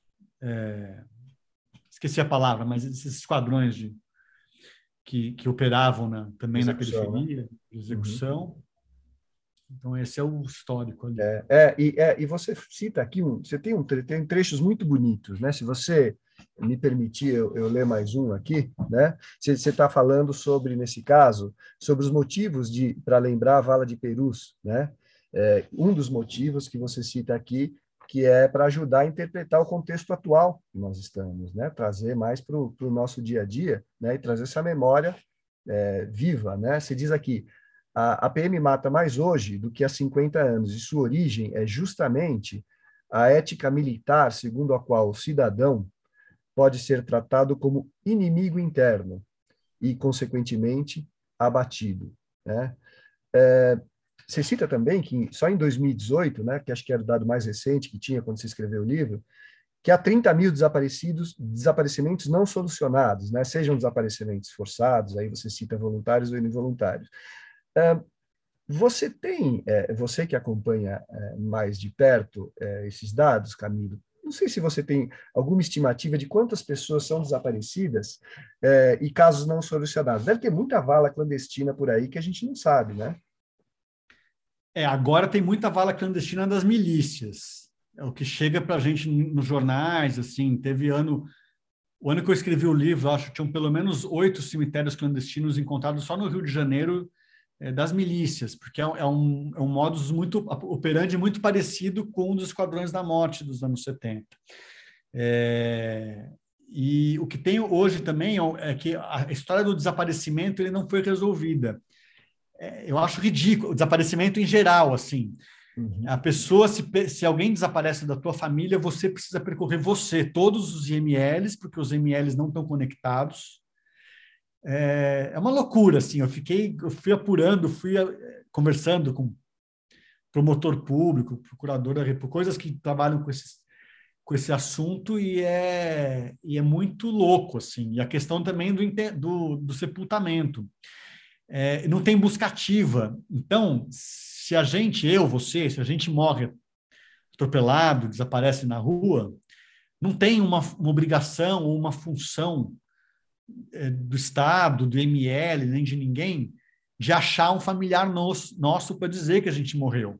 É, esqueci a palavra, mas esses esquadrões de Que, que operavam na, também execução, na periferia, né? De execução. Uhum. Então, esse é o histórico ali. É, é, e, é, e você cita aqui, um, você tem, um, tem trechos muito bonitos, né? Se você me permitir, eu, eu ler mais um aqui, né? Você está falando sobre, nesse caso, sobre os motivos para lembrar a Vala de Perus, né? É, um dos motivos que você cita aqui, que é para ajudar a interpretar o contexto atual que nós estamos, né? Trazer mais para o nosso dia a dia, né? E trazer essa memória é, viva, né? Você diz aqui, a, a P M mata mais hoje do que há cinquenta anos, e sua origem é justamente a ética militar segundo a qual o cidadão pode ser tratado como inimigo interno e, consequentemente, abatido, né? É, Você cita também que só em dois mil e dezoito, né, que acho que era o dado mais recente que tinha quando você escreveu o livro, que há trinta mil desaparecidos, desaparecimentos não solucionados, né, sejam desaparecimentos forçados, aí você cita voluntários ou involuntários. Uh, você tem, é, você que acompanha é, mais de perto é, esses dados, Camilo, não sei se você tem alguma estimativa de quantas pessoas são desaparecidas é, e casos não solucionados. Deve ter muita vala clandestina por aí que a gente não sabe, né? É, agora tem muita vala clandestina das milícias. É o que chega para a gente nos jornais, assim, teve ano... O ano que eu escrevi o livro, acho que tinham pelo menos oito cemitérios clandestinos encontrados só no Rio de Janeiro, é, das milícias, porque é, é, um, é um modus muito operandi muito parecido com um dos Esquadrões da Morte dos anos setenta. É, e o que tem hoje também é que a história do desaparecimento ele não foi resolvida. É, eu acho ridículo, o desaparecimento em geral, assim. Uhum. A pessoa, se, se alguém desaparece da tua família, você precisa percorrer você, todos os I M Ls, porque os I M Ls não estão conectados. É, é uma loucura, assim. Eu fiquei, eu fui apurando, fui a, conversando com promotor público, procurador da República, coisas que trabalham com, esses, com esse assunto e é, e é muito louco, assim. E a questão também do, do, do sepultamento. É, não tem busca ativa. Então, se a gente, eu, você, se a gente morre atropelado, desaparece na rua, não tem uma, uma obrigação ou uma função é, do Estado, do I M L, nem de ninguém, de achar um familiar nosso, nosso para dizer que a gente morreu.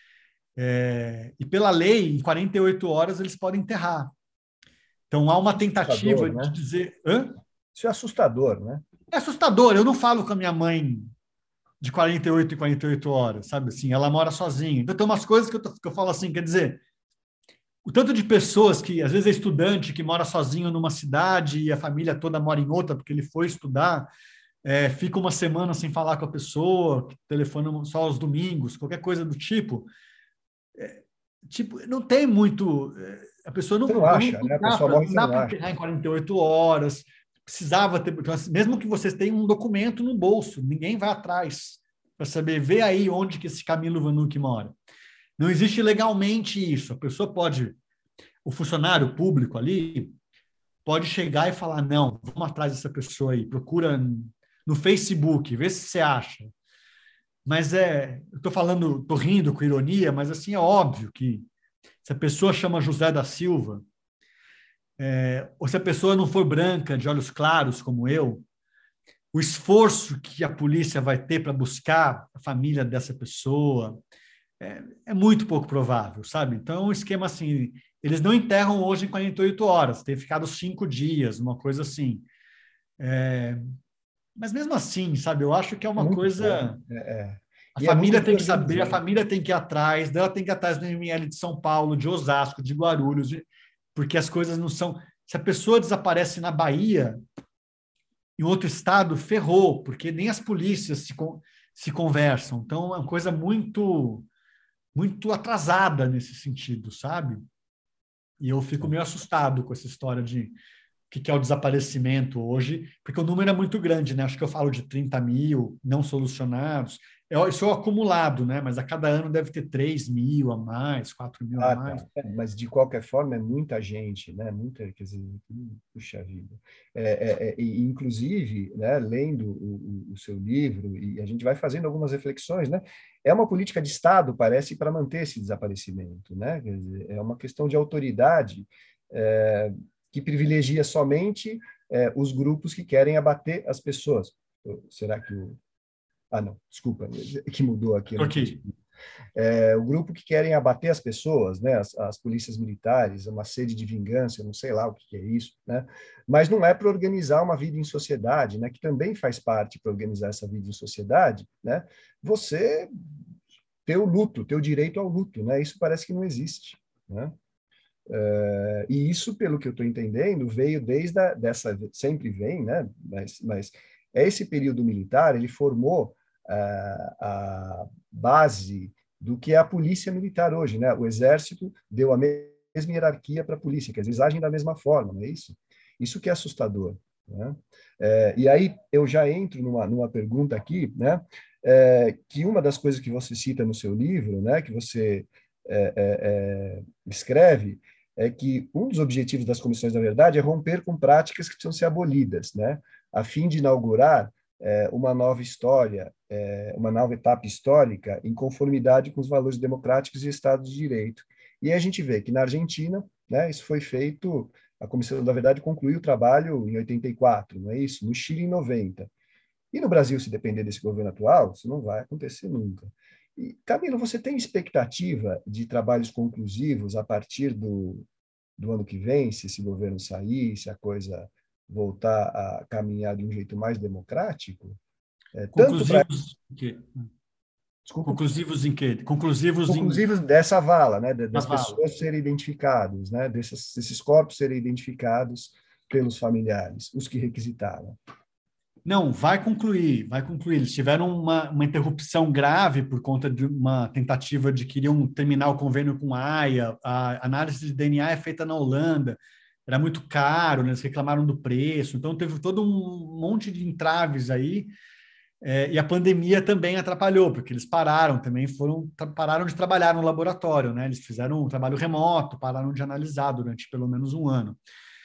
É, e pela lei, em quarenta e oito horas, eles podem enterrar. Então, há uma tentativa né? de dizer... Hã? Isso é assustador, né? É assustador. Eu não falo com a minha mãe de quarenta e oito em quarenta e oito horas, sabe? Assim, ela mora sozinha. Então, tem umas coisas que eu, tô, que eu falo assim, quer dizer, o tanto de pessoas que, às vezes, é estudante que mora sozinho numa cidade e a família toda mora em outra porque ele foi estudar, é, fica uma semana sem falar com a pessoa, telefona só aos domingos, qualquer coisa do tipo. É, tipo, não tem muito... É, a pessoa não... Você não acha, não, né? A pessoa morre, não dá para enterrar em quarenta e oito horas, precisava ter... Mesmo que vocês tenham um documento no bolso, ninguém vai atrás para saber, ver aí onde que esse Camilo Vanucchi mora. Não existe legalmente isso. A pessoa pode... O funcionário público ali pode chegar e falar, não, vamos atrás dessa pessoa aí, procura no Facebook, vê se você acha. Mas é... Eu estou falando, estou rindo com ironia, mas assim, é óbvio que se a pessoa chama José da Silva, é, ou se a pessoa não for branca, de olhos claros, como eu, o esforço que a polícia vai ter para buscar a família dessa pessoa é, é muito pouco provável, sabe? Então, é um esquema assim, eles não enterram hoje em quarenta e oito horas, tem ficado cinco dias, uma coisa assim. É, mas mesmo assim, sabe, eu acho que é uma muito coisa... É, é. A E família é tem que saber, a família tem que ir atrás, dela tem que ir atrás do I M L de São Paulo, de Osasco, de Guarulhos, de... porque as coisas não são... Se a pessoa desaparece na Bahia, em outro estado, ferrou, porque nem as polícias se, con... se conversam. Então, é uma coisa muito, muito atrasada nesse sentido, sabe? E eu fico meio assustado com essa história de o que é o desaparecimento hoje, porque o número é muito grande, né? Acho que eu falo de trinta mil não solucionados. Isso é o acumulado, né? Mas a cada ano deve ter três mil a mais, quatro mil ah, a mais. Tá. É, mas, de qualquer forma, é muita gente, né? Muita, quer dizer, puxa vida. É, é, é, e, inclusive, né, lendo o, o, o seu livro, e a gente vai fazendo algumas reflexões, né? É uma política de Estado, parece, para manter esse desaparecimento, né? Quer dizer, é uma questão de autoridade é, que privilegia somente é, os grupos que querem abater as pessoas. Será que o... Ah, não, desculpa, que mudou aqui. Okay. É, o grupo que querem abater as pessoas, né, as, as polícias militares, uma sede de vingança, eu não sei lá o que é isso, né, mas não é para organizar uma vida em sociedade, né, que também faz parte para organizar essa vida em sociedade, né, você ter o luto, ter o direito ao luto, né, isso parece que não existe, né. É, e isso, pelo que eu estou entendendo, veio desde a, dessa, sempre vem, né, mas, mas esse período militar, ele formou a, a base do que é a polícia militar hoje, né? O exército deu a mesma hierarquia para a polícia, que eles agem da mesma forma, não é isso? Isso que é assustador, né? É, e aí eu já entro numa, numa pergunta aqui, né? é, que uma das coisas que você cita no seu livro, né, que você é, é, é, escreve, é que um dos objetivos das comissões da verdade é romper com práticas que precisam ser abolidas, né, a fim de inaugurar é, uma nova história, é, uma nova etapa histórica em conformidade com os valores democráticos e Estado de Direito. E a gente vê que na Argentina, né, isso foi feito, a Comissão da Verdade concluiu o trabalho em oitenta e quatro, não é isso? No Chile, em noventa. E no Brasil, se depender desse governo atual, isso não vai acontecer nunca. E, Camilo, você tem expectativa de trabalhos conclusivos a partir do, do ano que vem, se esse governo sair, se a coisa voltar a caminhar de um jeito mais democrático? É, tanto pra... Conclusivos em quê? Desculpa. Conclusivos em quê? Conclusivos, Conclusivos em... dessa vala, né, das vala. pessoas serem identificados, né, desses, desses corpos serem identificados pelos familiares, os que requisitaram. Não, vai concluir, vai concluir. Eles tiveram uma, uma interrupção grave por conta de uma tentativa de que queriam terminar o convênio com a AIA. A análise de D N A é feita na Holanda, era muito caro, né? Eles reclamaram do preço, então teve todo um monte de entraves aí, é, e a pandemia também atrapalhou, porque eles pararam, também foram, pararam de trabalhar no laboratório, né? Eles fizeram um trabalho remoto, pararam de analisar durante pelo menos um ano.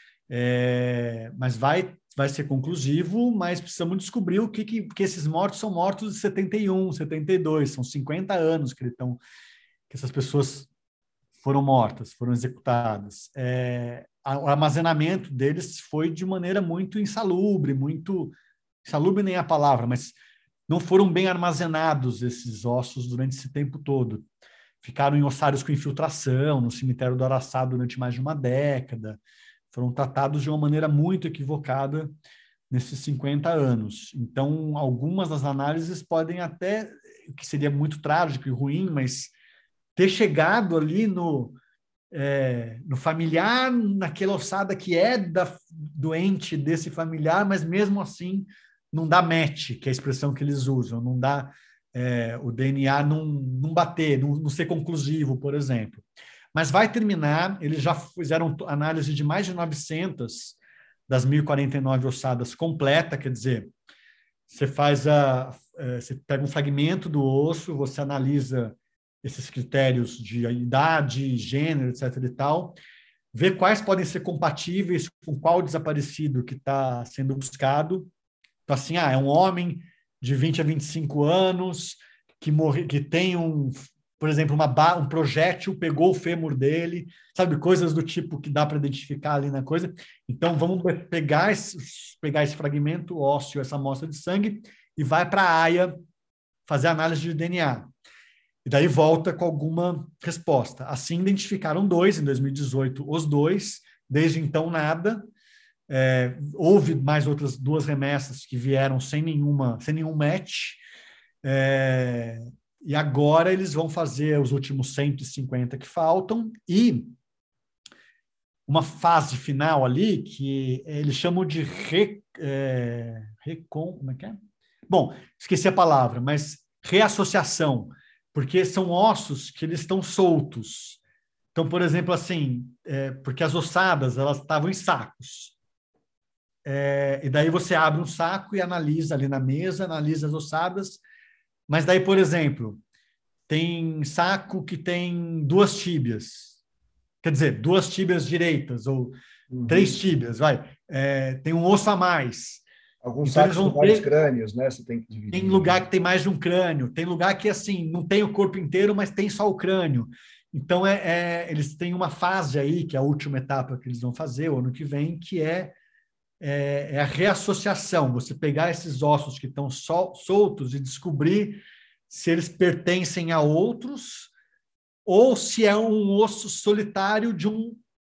É, mas vai, vai ser conclusivo, mas precisamos descobrir o que, que, que esses mortos são mortos de setenta e um, setenta e dois, são cinquenta anos que, estão, que essas pessoas foram mortas, foram executadas. É, o armazenamento deles foi de maneira muito insalubre, muito... Insalubre nem a palavra, mas não foram bem armazenados esses ossos durante esse tempo todo. Ficaram em ossários com infiltração, no cemitério do Araçá durante mais de uma década. Foram tratados de uma maneira muito equivocada nesses cinquenta anos. Então, algumas das análises podem até, o que seria muito trágico e ruim, mas ter chegado ali no, é, no familiar, naquela ossada que é da doente desse familiar, mas mesmo assim não dá match, que é a expressão que eles usam, não dá é, o D N A não, não bater, não, não ser conclusivo, por exemplo. Mas vai terminar, eles já fizeram análise de mais de novecentas das mil e quarenta e nove ossadas completa, quer dizer, você faz a, você pega um fragmento do osso, você analisa esses critérios de idade, gênero, etc e tal, vê quais podem ser compatíveis com qual desaparecido que está sendo buscado. Então, assim, ah, é um homem de vinte a vinte e cinco anos que, morre, que tem um... por exemplo, uma, um projétil pegou o fêmur dele, sabe, coisas do tipo que dá para identificar ali na coisa. Então, vamos pegar esse, pegar esse fragmento ósseo, essa amostra de sangue, e vai para a AIA fazer análise de D N A. E daí volta com alguma resposta. Assim, identificaram dois, em dois mil e dezoito, os dois, desde então nada. É, houve mais outras duas remessas que vieram sem, nenhuma, sem nenhum match, é, e agora eles vão fazer os últimos cento e cinquenta que faltam e uma fase final ali que eles chamam de re, é, recon, como é que é? Bom, esqueci a palavra, mas reassociação, porque são ossos que eles estão soltos. Então, por exemplo, assim, é, porque as ossadas elas estavam em sacos. É, e daí você abre um saco e analisa ali na mesa, analisa as ossadas. Mas daí, por exemplo, tem saco que tem duas tíbias. Quer dizer, duas tíbias direitas, ou uhum. três tíbias, vai. É, tem um osso a mais. Alguns então, sacos com ter... vários crânios, né? Você tem que dividir. Tem lugar que tem mais de um crânio. Tem lugar que, assim, não tem o corpo inteiro, mas tem só o crânio. Então, é, é, eles têm uma fase aí, que é a última etapa que eles vão fazer, o ano que vem, que é É, é a reassociação, você pegar esses ossos que estão sol, soltos e descobrir se eles pertencem a outros ou se é um osso solitário de um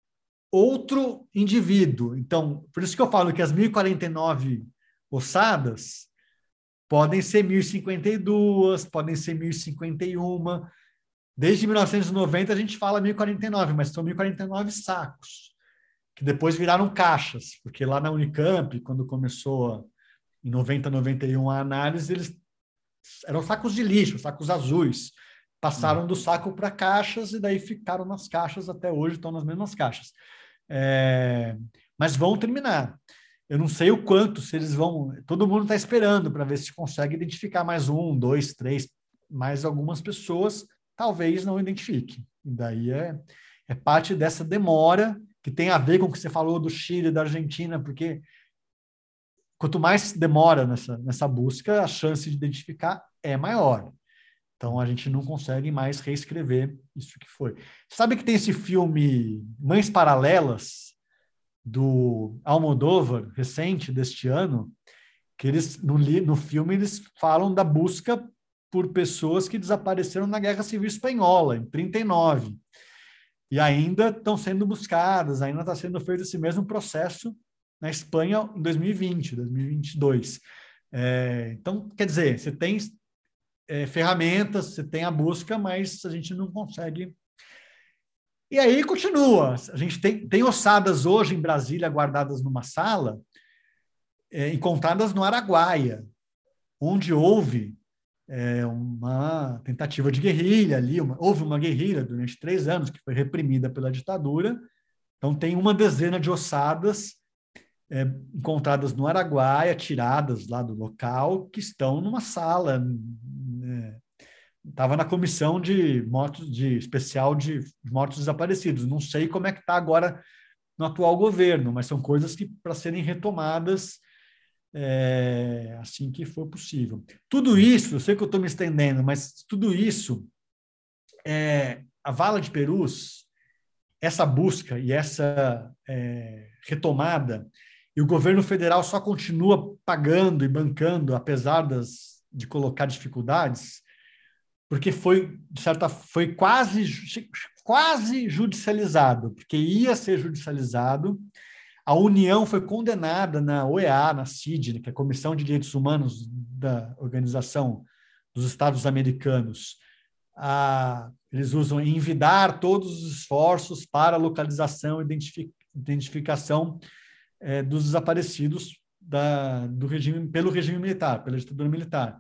outro indivíduo. Então, por isso que eu falo que as mil e quarenta e nove ossadas podem ser mil e cinquenta e duas, podem ser mil e cinquenta e um. Desde mil novecentos e noventa a gente fala mil e quarenta e nove, mas são mil e quarenta e nove sacos, que depois viraram caixas, porque lá na Unicamp, quando começou em noventa, noventa e um a análise, eles eram sacos de lixo, sacos azuis, passaram do saco para caixas e daí ficaram nas caixas até hoje, estão nas mesmas caixas. É, mas vão terminar. eu não sei o quanto, se eles vão... Todo mundo está esperando para ver se consegue identificar mais um, dois, três, mais algumas pessoas, talvez não identifique. E daí é, é parte dessa demora que tem a ver com o que você falou do Chile, da Argentina, porque quanto mais demora nessa, nessa busca, a chance de identificar é maior. Então, a gente não consegue mais reescrever isso que foi. Sabe que tem esse filme Mães Paralelas, do Almodóvar, recente, deste ano, que eles, no, no filme, eles falam da busca por pessoas que desapareceram na Guerra Civil Espanhola, em trinta e nove. E ainda estão sendo buscadas, ainda está sendo feito esse mesmo processo na Espanha em dois mil e vinte, dois mil e vinte e dois. É, então, quer dizer, você tem é, ferramentas, você tem a busca, mas a gente não consegue. E aí continua. A gente tem, tem ossadas hoje em Brasília guardadas numa sala, é, encontradas no Araguaia, onde houve é, uma tentativa de guerrilha ali. Uma, houve uma guerrilha durante três anos que foi reprimida pela ditadura. Então, tem uma dezena de ossadas é, encontradas no Araguaia, tiradas lá do local, que estão numa sala. Estava é, na comissão de mortos de especial de mortos desaparecidos. Não sei como é que está agora no atual governo, mas são coisas que para serem retomadas é, assim que for possível. Tudo isso, eu sei que eu estou me estendendo, mas tudo isso, é, a Vala de Perus, essa busca e essa é, retomada, e o governo federal só continua pagando e bancando, apesar das, de colocar dificuldades, porque foi, de certa, foi quase, quase judicializado, porque ia ser judicializado. A União foi condenada na O E A, na C I D, que é a Comissão de Direitos Humanos da Organização dos Estados Americanos. A, eles usam envidar todos os esforços para a localização e identificação é, dos desaparecidos da, do regime, pelo regime militar, pela ditadura militar.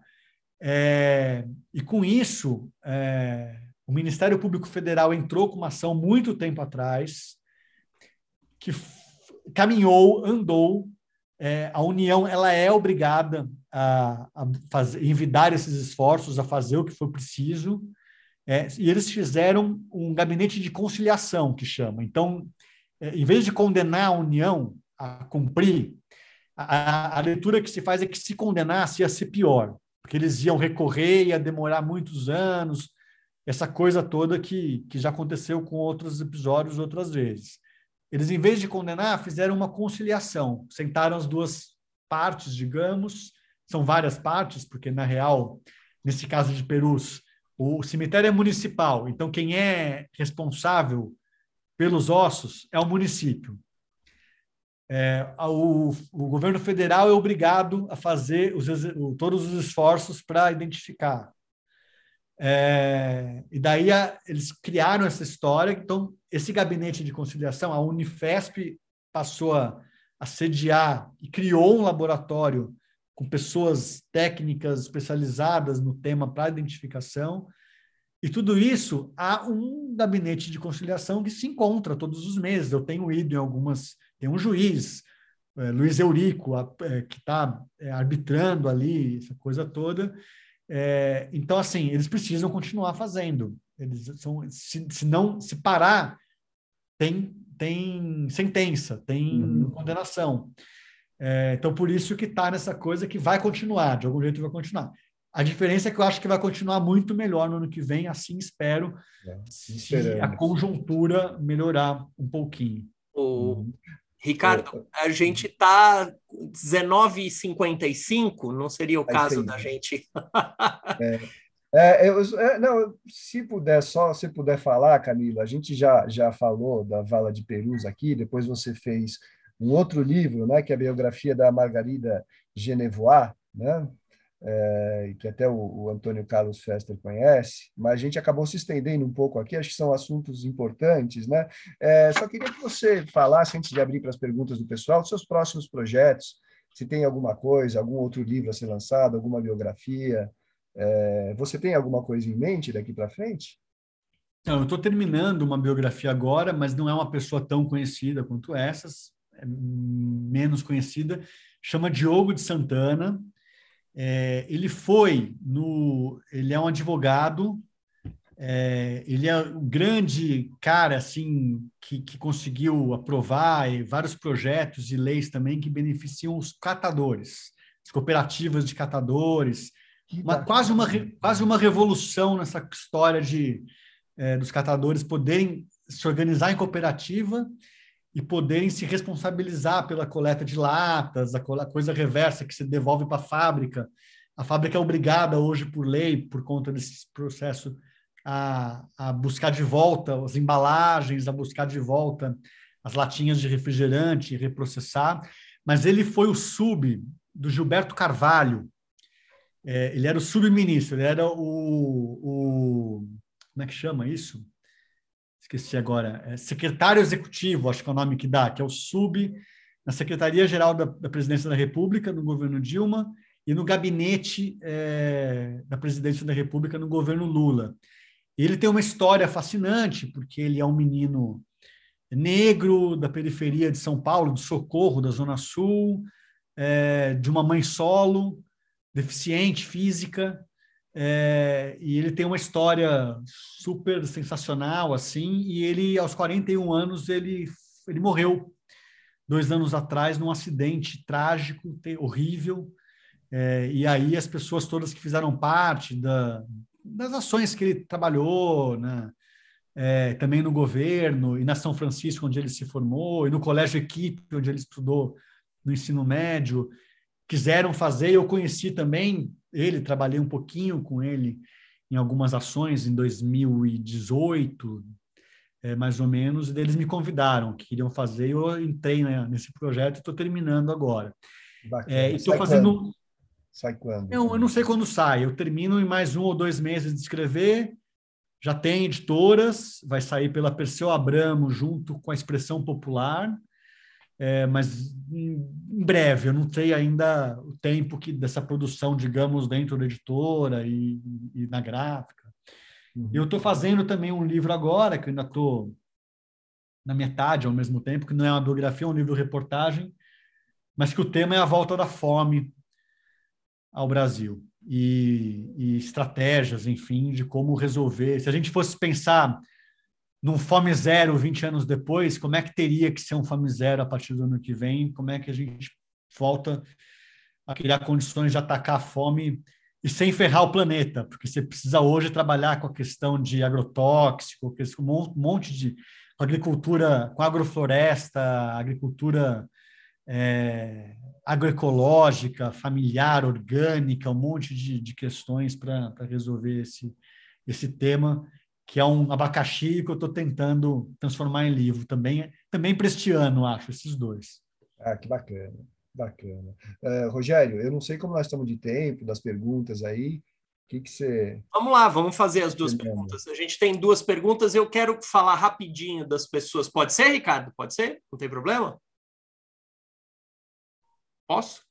É, e com isso, é, o Ministério Público Federal entrou com uma ação muito tempo atrás, que caminhou, andou. É, a União ela é obrigada a, a fazer, envidar esses esforços, a fazer o que for preciso, é, e eles fizeram um gabinete de conciliação, que chama. Então, é, em vez de condenar a União a cumprir, a, a leitura que se faz é que se condenasse ia ser pior, porque eles iam recorrer, ia demorar muitos anos, essa coisa toda que, que já aconteceu com outros episódios outras vezes. Eles, em vez de condenar, fizeram uma conciliação, sentaram as duas partes, digamos, são várias partes, porque, na real, nesse caso de Perus, o cemitério é municipal, então quem é responsável pelos ossos é o município. É, o, o governo federal é obrigado a fazer os, todos os esforços para identificar. É, e daí a, eles criaram essa história. Então, esse gabinete de conciliação, a Unifesp passou a, a sediar e criou um laboratório com pessoas técnicas especializadas no tema para identificação. E tudo isso, há um gabinete de conciliação que se encontra todos os meses. Eu tenho ido em algumas... Tem um juiz, é, Luiz Eurico, a, é, que está é, arbitrando ali, essa coisa toda. É, então, assim, eles precisam continuar fazendo. Eles são, se, se não se parar, tem, tem sentença, tem uhum. condenação. É, então, por isso que está nessa coisa que vai continuar, de algum jeito vai continuar. A diferença é que eu acho que vai continuar muito melhor no ano que vem, assim espero, é, se a conjuntura melhorar um pouquinho. O... Ricardo, a gente está dezenove e cinquenta e cinco, não seria o caso da gente... é, é, eu, é, não, se puder, só se puder falar, Camilo, a gente já, já falou da Vala de Perus aqui, depois você fez um outro livro, né, que é a biografia da Margarida Genevois, né, é, que até o, o Antônio Carlos Fester conhece, mas a gente acabou se estendendo um pouco aqui, acho que são assuntos importantes, né? É, só queria que você falasse, antes de abrir para as perguntas do pessoal, dos seus próximos projetos, se tem alguma coisa, algum outro livro a ser lançado, alguma biografia, é, você tem alguma coisa em mente daqui para frente? Não, eu estou terminando uma biografia agora, mas não é uma pessoa tão conhecida quanto essas, menos conhecida, chama Diogo de Santana. É, ele foi no, ele é um advogado, é, ele é um grande cara assim que, que conseguiu aprovar vários projetos e leis também que beneficiam os catadores, as cooperativas de catadores, uma, quase, uma, quase uma revolução nessa história de, é, dos catadores poderem se organizar em cooperativa e poderem se responsabilizar pela coleta de latas, a coisa reversa que se devolve para a fábrica. A fábrica é obrigada hoje, por lei, por conta desse processo, a, a buscar de volta as embalagens, a buscar de volta as latinhas de refrigerante, reprocessar. Mas ele foi o sub do Gilberto Carvalho. É, ele era o subministro, ele era o, o... Como é que chama isso? Esqueci agora, é secretário executivo, acho que é o nome que dá, que é o sub na Secretaria-Geral da, da Presidência da República, no governo Dilma, e no gabinete é, da Presidência da República, no governo Lula. Ele tem uma história fascinante, porque ele é um menino negro da periferia de São Paulo, do Socorro, da Zona Sul, é, de uma mãe solo, deficiente física, É, e ele tem uma história super sensacional, assim, e ele, aos quarenta e um anos, ele, ele morreu dois anos atrás num acidente trágico, horrível, é, e aí as pessoas todas que fizeram parte da, das ações que ele trabalhou, né, é, também no governo, e na São Francisco, onde ele se formou, e no Colégio Equipe, onde ele estudou no ensino médio, quiseram fazer. Eu conheci também ele, trabalhei um pouquinho com ele em algumas ações em dois mil e dezoito, é, mais ou menos, e eles me convidaram, que queriam fazer, eu entrei, né, nesse projeto e estou terminando agora. É, e estou fazendo... Quando? Sai quando? Eu, eu não sei quando sai, eu termino em mais um ou dois meses de escrever, já tem editoras, vai sair pela Perseu Abramo junto com a Expressão Popular, É, mas em breve, eu não sei ainda o tempo que dessa produção, digamos, dentro da editora e, e na gráfica. Uhum. Eu estou fazendo também um livro agora, que eu ainda estou na metade ao mesmo tempo, que não é uma biografia, é um livro-reportagem, mas que o tema é a volta da fome ao Brasil e, e estratégias, enfim, de como resolver. Se a gente fosse pensar num Fome Zero vinte anos depois, como é que teria que ser um Fome Zero a partir do ano que vem? Como é que a gente volta a criar condições de atacar a fome e sem ferrar o planeta? Porque você precisa hoje trabalhar com a questão de agrotóxico, um monte de agricultura, com agrofloresta, agricultura é, agroecológica, familiar, orgânica, um monte de, de questões para resolver esse, esse tema, que é um abacaxi que eu estou tentando transformar em livro também, também para este ano, acho, esses dois. Ah, que bacana, bacana. Uh, Rogério, eu não sei como nós estamos de tempo, das perguntas aí, o que, que você... Vamos lá, vamos fazer as duas perguntas. A gente tem duas perguntas, eu quero falar rapidinho das pessoas. Pode ser, Ricardo? Pode ser? Não tem problema? Posso?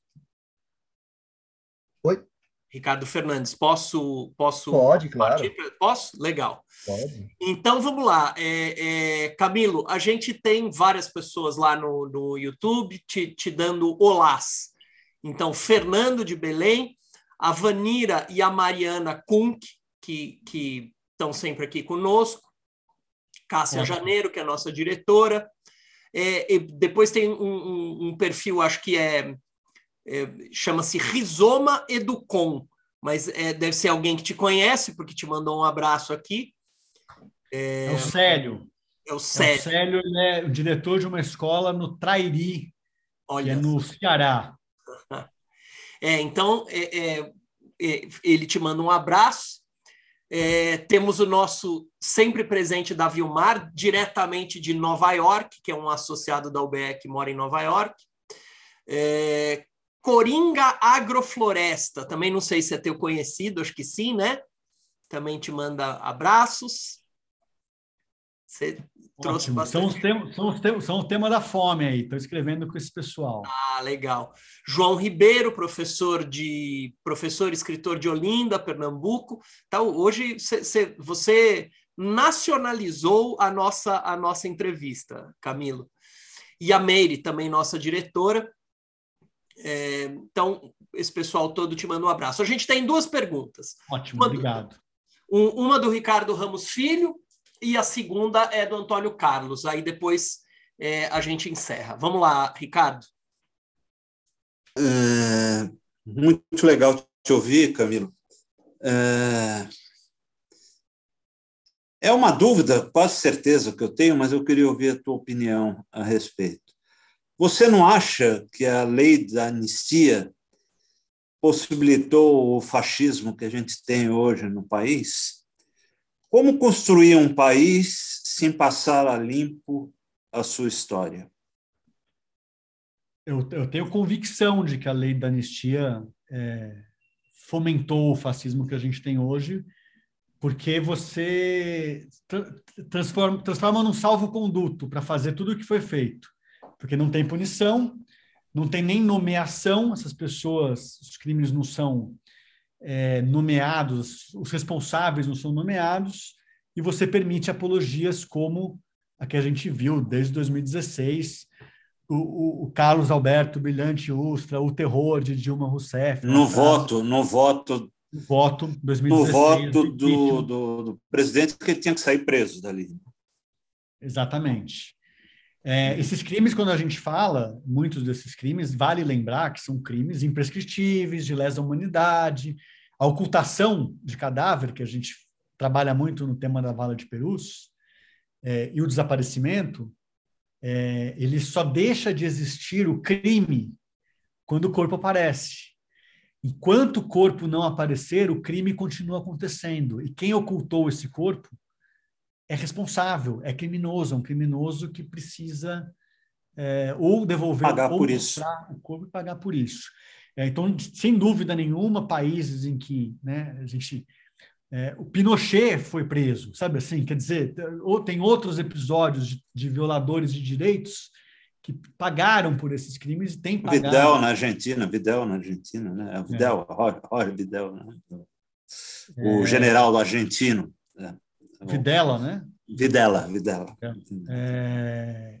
Oi? Ricardo Fernandes, posso... posso Pode, claro. Posso? Legal. Pode. Então, vamos lá. É, é, Camilo, a gente tem várias pessoas lá no, no YouTube te, te dando olás. Então, Fernando de Belém, a Vanira e a Mariana Kunk, que, que estão sempre aqui conosco, Cássia é. Janeiro, que é a nossa diretora. É, depois tem um, um, um perfil, acho que é... É, chama-se Rizoma Educom, mas é, deve ser alguém que te conhece, porque te mandou um abraço aqui. É, é o Célio. É o Célio. É o Célio, ele é o diretor de uma escola no Trairi, Olha, que é no Ceará. É, então, é, é, é, ele te manda um abraço. É, temos o nosso sempre presente Davi Omar, diretamente de Nova York, que é um associado da U B E que mora em Nova York. É, Coringa Agrofloresta, também não sei se é teu conhecido, acho que sim, né? Também te manda abraços. Você trouxe Ótimo. bastante. São os, temas, são, os temas, são o tema da fome aí, estou escrevendo com esse pessoal. Ah, legal. João Ribeiro, professor de professor e escritor de Olinda, Pernambuco. Então, hoje cê, cê, você nacionalizou a nossa, a nossa entrevista, Camilo. e a Meire, também nossa diretora. É, então, esse pessoal todo te manda um abraço. A gente tem duas perguntas. Ótimo, uma obrigado. Do, um, uma do Ricardo Ramos Filho e a segunda é do Antônio Carlos. Aí depois é, a gente encerra. Vamos lá, Ricardo. É, muito legal te ouvir, Camilo. É, é uma dúvida, quase certeza que eu tenho, mas eu queria ouvir a tua opinião a respeito. Você não acha que a lei da anistia possibilitou o fascismo que a gente tem hoje no país? Como construir um país sem passar a limpo a sua história? Eu, eu tenho convicção de que a lei da anistia é, fomentou o fascismo que a gente tem hoje, porque você tra transforma, transforma num salvo-conduto para fazer tudo o que foi feito. Porque não tem punição, não tem nem nomeação, essas pessoas, os crimes não são é, nomeados, os responsáveis não são nomeados, e você permite apologias como a que a gente viu desde dois mil e dezesseis, o, o, o Carlos Alberto Brilhante Ustra, o terror de Dilma Rousseff. No voto, no voto, no voto, dois mil e no dezesseis, voto do, do, do presidente, que ele tinha que sair preso dali. Exatamente. É, esses crimes, quando a gente fala, muitos desses crimes, vale lembrar que são crimes imprescritíveis, de lesa humanidade, a ocultação de cadáver, que a gente trabalha muito no tema da vala de Perus, é, e o desaparecimento, é, ele só deixa de existir o crime quando o corpo aparece. Enquanto o corpo não aparecer, o crime continua acontecendo. E quem ocultou esse corpo é responsável, é criminoso, é um criminoso que precisa é, ou devolver pagar ou por isso. o corpo e pagar por isso. É, então, sem dúvida nenhuma, países em que, né, a gente, é, o Pinochet foi preso, sabe assim? Quer dizer, ou tem outros episódios de, de violadores de direitos que pagaram por esses crimes e têm pagado. Vidal na Argentina, Vidal na Argentina, né? É Vidal, é. Jorge Vidal, né? O é... general argentino. É. Videla, né? Videla, Videla. É. É,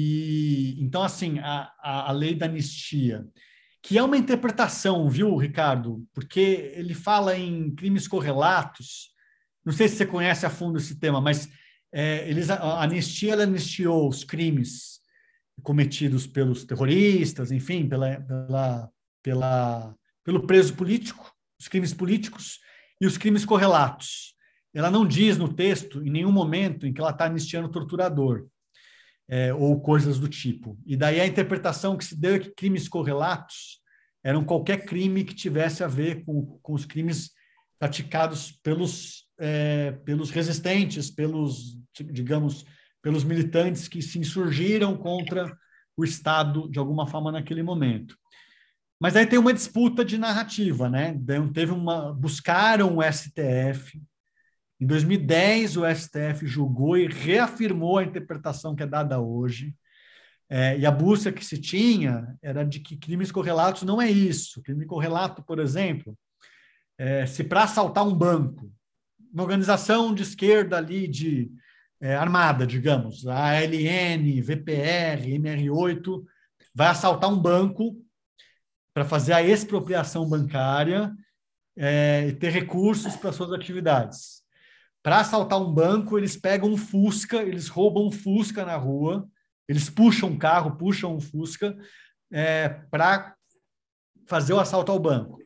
e então, assim, a, a, a lei da anistia, que é uma interpretação, viu, Ricardo? Porque ele fala em crimes correlatos. Não sei se você conhece a fundo esse tema, mas é, eles, a anistia ela anistiou os crimes cometidos pelos terroristas, enfim, pela, pela, pela, pelo preso político, os crimes políticos e os crimes correlatos. Ela não diz no texto, em nenhum momento, em que ela está anistiando torturador, é, ou coisas do tipo. E daí a interpretação que se deu é que crimes correlatos eram qualquer crime que tivesse a ver com, com os crimes praticados pelos, é, pelos resistentes, pelos, digamos, pelos militantes que se insurgiram contra o Estado, de alguma forma, naquele momento. Mas aí tem uma disputa de narrativa, né? Teve uma, buscaram o S T F. Em dois mil e dez, o S T F julgou e reafirmou a interpretação que é dada hoje. É, e a busca que se tinha era de que crimes correlatos não é isso. Crime correlato, por exemplo, é, se para assaltar um banco, uma organização de esquerda ali, de é, armada, digamos, a A L N, V P R, M R oito, vai assaltar um banco para fazer a expropriação bancária é, e ter recursos para suas atividades. Para assaltar um banco, eles pegam um Fusca, eles roubam um Fusca na rua, eles puxam um carro, puxam um Fusca é, para fazer o assalto ao banco.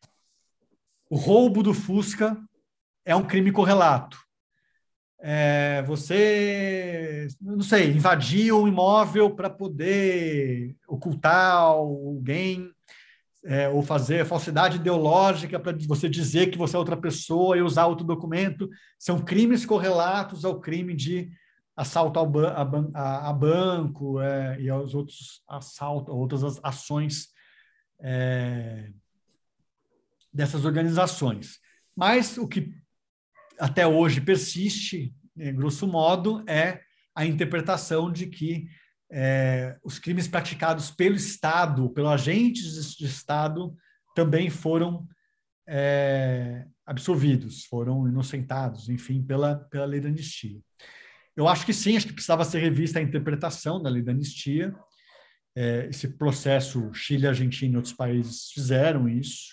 O roubo do Fusca é um crime correlato. É, você, não sei, invadiu um imóvel para poder ocultar alguém, É, ou fazer falsidade ideológica para você dizer que você é outra pessoa e usar outro documento, são crimes correlatos ao crime de assalto ao ban a, ban a, a banco é, e aos outros assaltos, outras ações é, dessas organizações. Mas o que até hoje persiste, em grosso modo, é a interpretação de que É, os crimes praticados pelo Estado, pelos agentes de Estado, também foram é, absolvidos, foram inocentados, enfim, pela, pela lei da anistia. eu acho que sim, acho que precisava ser revista a interpretação da lei da anistia. É, esse processo, Chile, Argentina e outros países fizeram isso.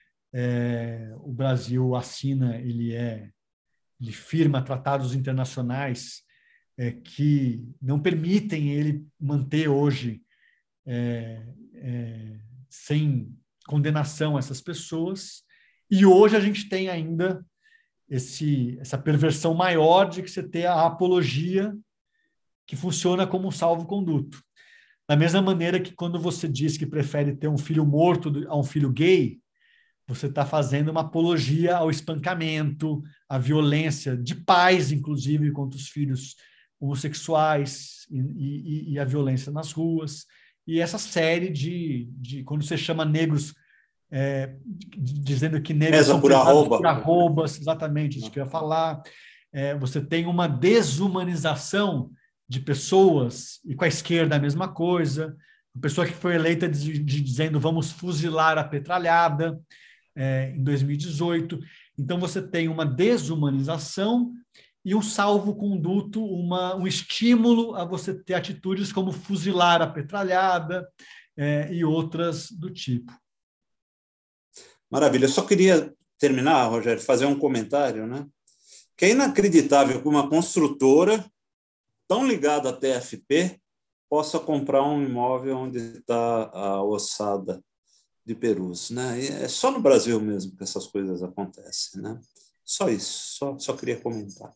É, o Brasil assina, ele é, ele firma tratados internacionais é, que não permitem ele manter hoje é, é, sem condenação essas pessoas. E hoje a gente tem ainda esse, essa perversão maior de que você tem a apologia que funciona como um salvo-conduto. Da mesma maneira que quando você diz que prefere ter um filho morto a um filho gay, você está fazendo uma apologia ao espancamento, à violência de pais, inclusive, contra os filhos homossexuais e, e, e a violência nas ruas. E essa série de, de quando você chama negros, é, dizendo que negros Mesa são por arroba. por arrobas, exatamente isso que eu ia falar. É, você tem uma desumanização de pessoas, e com a esquerda a mesma coisa, a pessoa que foi eleita de, de, dizendo vamos fuzilar a petralhada é, em dois mil e dezoito. Então você tem uma desumanização e um salvo-conduto, uma, um estímulo a você ter atitudes como fuzilar a petralhada é, e outras do tipo. Maravilha. Eu só queria terminar, Rogério, fazer um comentário, né? Que é inacreditável que uma construtora tão ligada à T F P possa comprar um imóvel onde está a ossada de Perus, né? E é só no Brasil mesmo que essas coisas acontecem, né? Só isso, só, só queria comentar.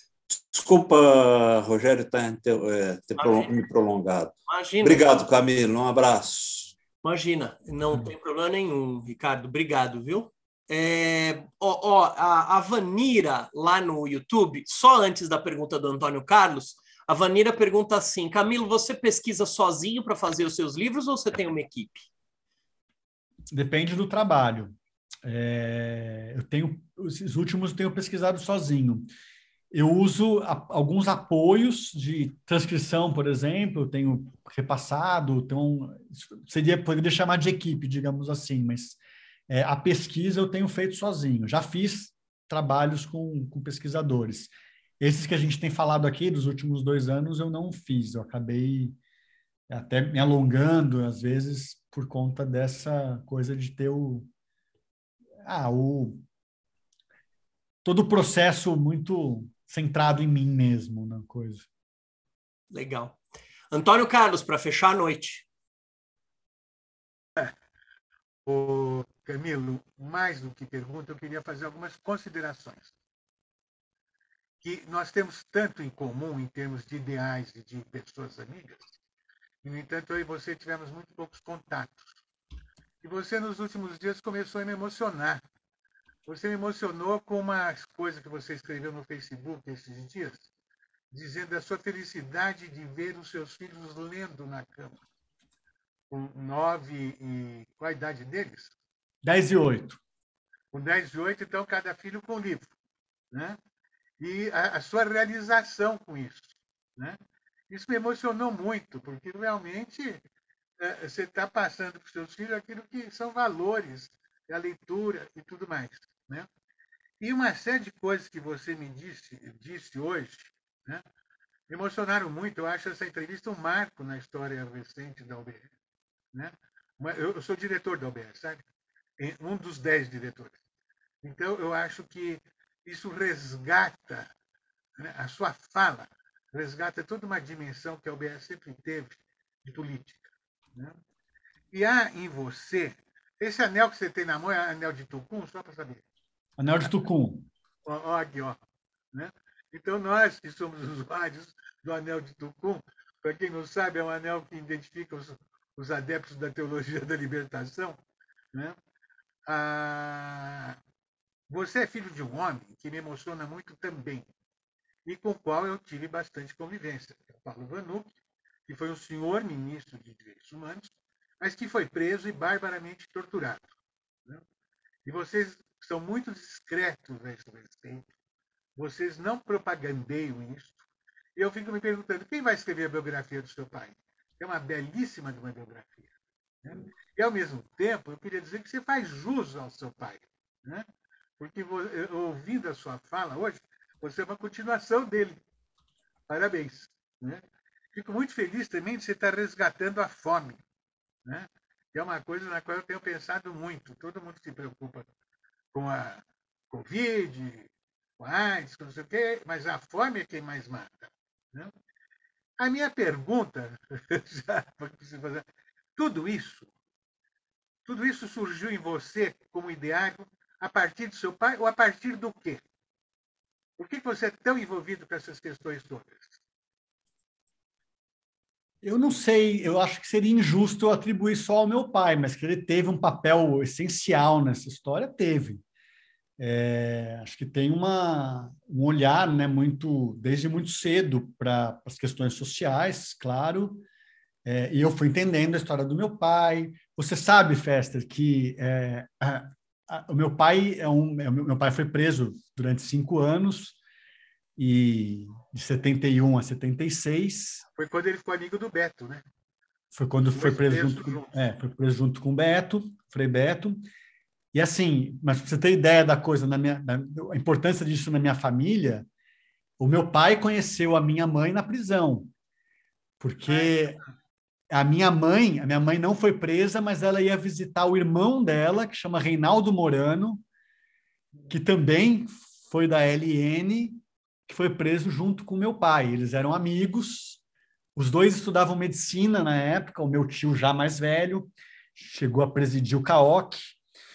Desculpa, Rogério, ter, ter me prolongado. Imagina. Obrigado, Camilo. Um abraço. Imagina, não tem problema nenhum, Ricardo. Obrigado, viu? É, ó, ó, a, a Vanira, lá no YouTube, só antes da pergunta do Antônio Carlos, a Vanira pergunta assim: Camilo, você pesquisa sozinho para fazer os seus livros ou você tem uma equipe? Depende do trabalho. É, eu tenho, os últimos eu tenho pesquisado sozinho. Eu uso a, alguns apoios de transcrição, por exemplo, eu tenho repassado, então seria, poderia chamar de equipe, digamos assim, mas é, a pesquisa eu tenho feito sozinho. Já fiz trabalhos com, com pesquisadores. Esses que a gente tem falado aqui dos últimos dois anos eu não fiz, eu acabei até me alongando, às vezes, por conta dessa coisa de ter o, ah, o todo o processo muito centrado em mim mesmo na coisa. Legal. Antônio Carlos, para fechar a noite. É. Ô, Camilo, mais do que pergunta, eu queria fazer algumas considerações. Que nós temos tanto em comum em termos de ideais e de pessoas amigas, e, no entanto, eu e você tivemos muito poucos contatos. E você, nos últimos dias, começou a me emocionar. Você me emocionou com uma coisa que você escreveu no Facebook esses dias, dizendo a sua felicidade de ver os seus filhos lendo na cama. Com nove e... Qual a idade deles? Dez e oito. Com dez e oito, então, cada filho com um livro. Né? E a, a sua realização com isso. Né? Isso me emocionou muito, porque realmente é, você está passando para os seus filhos aquilo que são valores, a leitura e tudo mais. Né? E uma série de coisas que você me disse, disse hoje, né, me emocionaram muito. Eu acho essa entrevista um marco na história recente da U B R. Né? Eu sou diretor da U B R, sabe? Um dos dez diretores. Então, eu acho que isso resgata, né, a sua fala, resgata toda uma dimensão que a U B R sempre teve de política. Né? E há em você, esse anel que você tem na mão é anel de Tucum, só para saber. Anel de Tucum. Ó, ó, aqui, ó. Né? Então, nós que somos usuários do anel de Tucum, para quem não sabe, é um anel que identifica os, os adeptos da teologia da libertação. Né? Ah, você é filho de um homem que me emociona muito também, e com o qual eu tive bastante convivência. É o Paulo Vanucci, que foi um senhor ministro de Direitos Humanos, mas que foi preso e barbaramente torturado. Né? E vocês são muito discretos a esse respeito. Vocês não propagandeiam isso. E eu fico me perguntando, quem vai escrever a biografia do seu pai? É uma belíssima de uma biografia. Né? E, ao mesmo tempo, eu queria dizer que você faz jus ao seu pai. Né? Porque, ouvindo a sua fala hoje, você é uma continuação dele. Parabéns. Né? Fico muito feliz também de você estar resgatando a fome, né? Que é uma coisa na qual eu tenho pensado muito. Todo mundo se preocupa com a Covid, com a AIDS, com não sei o quê, mas a fome é quem mais mata. Né? A minha pergunta, já, tudo isso, tudo isso surgiu em você como ideário a partir do seu pai ou a partir do quê? Por que você é tão envolvido com essas questões todas? Eu não sei, eu acho que seria injusto eu atribuir só ao meu pai, mas que ele teve um papel essencial nessa história, teve. É, acho que tem uma, um olhar, né, muito, desde muito cedo para as questões sociais, claro, é, e eu fui entendendo a história do meu pai. Você sabe, Fester, que é, a, a, o meu pai é um, é, meu pai foi preso durante cinco anos, e de setenta e um a setenta e seis. Foi quando ele ficou amigo do Beto, né? Foi quando foi preso junto com, é, foi preso junto com o Beto, Frei Beto. E assim, mas para você ter ideia da coisa, na minha, da, a importância disso na minha família, o meu pai conheceu a minha mãe na prisão, porque a minha mãe, a minha mãe não foi presa, mas ela ia visitar o irmão dela, que chama Reinaldo Morano, que também foi da L N, que foi preso junto com meu pai. Eles eram amigos, os dois estudavam medicina na época, o meu tio já mais velho chegou a presidir o C A O C,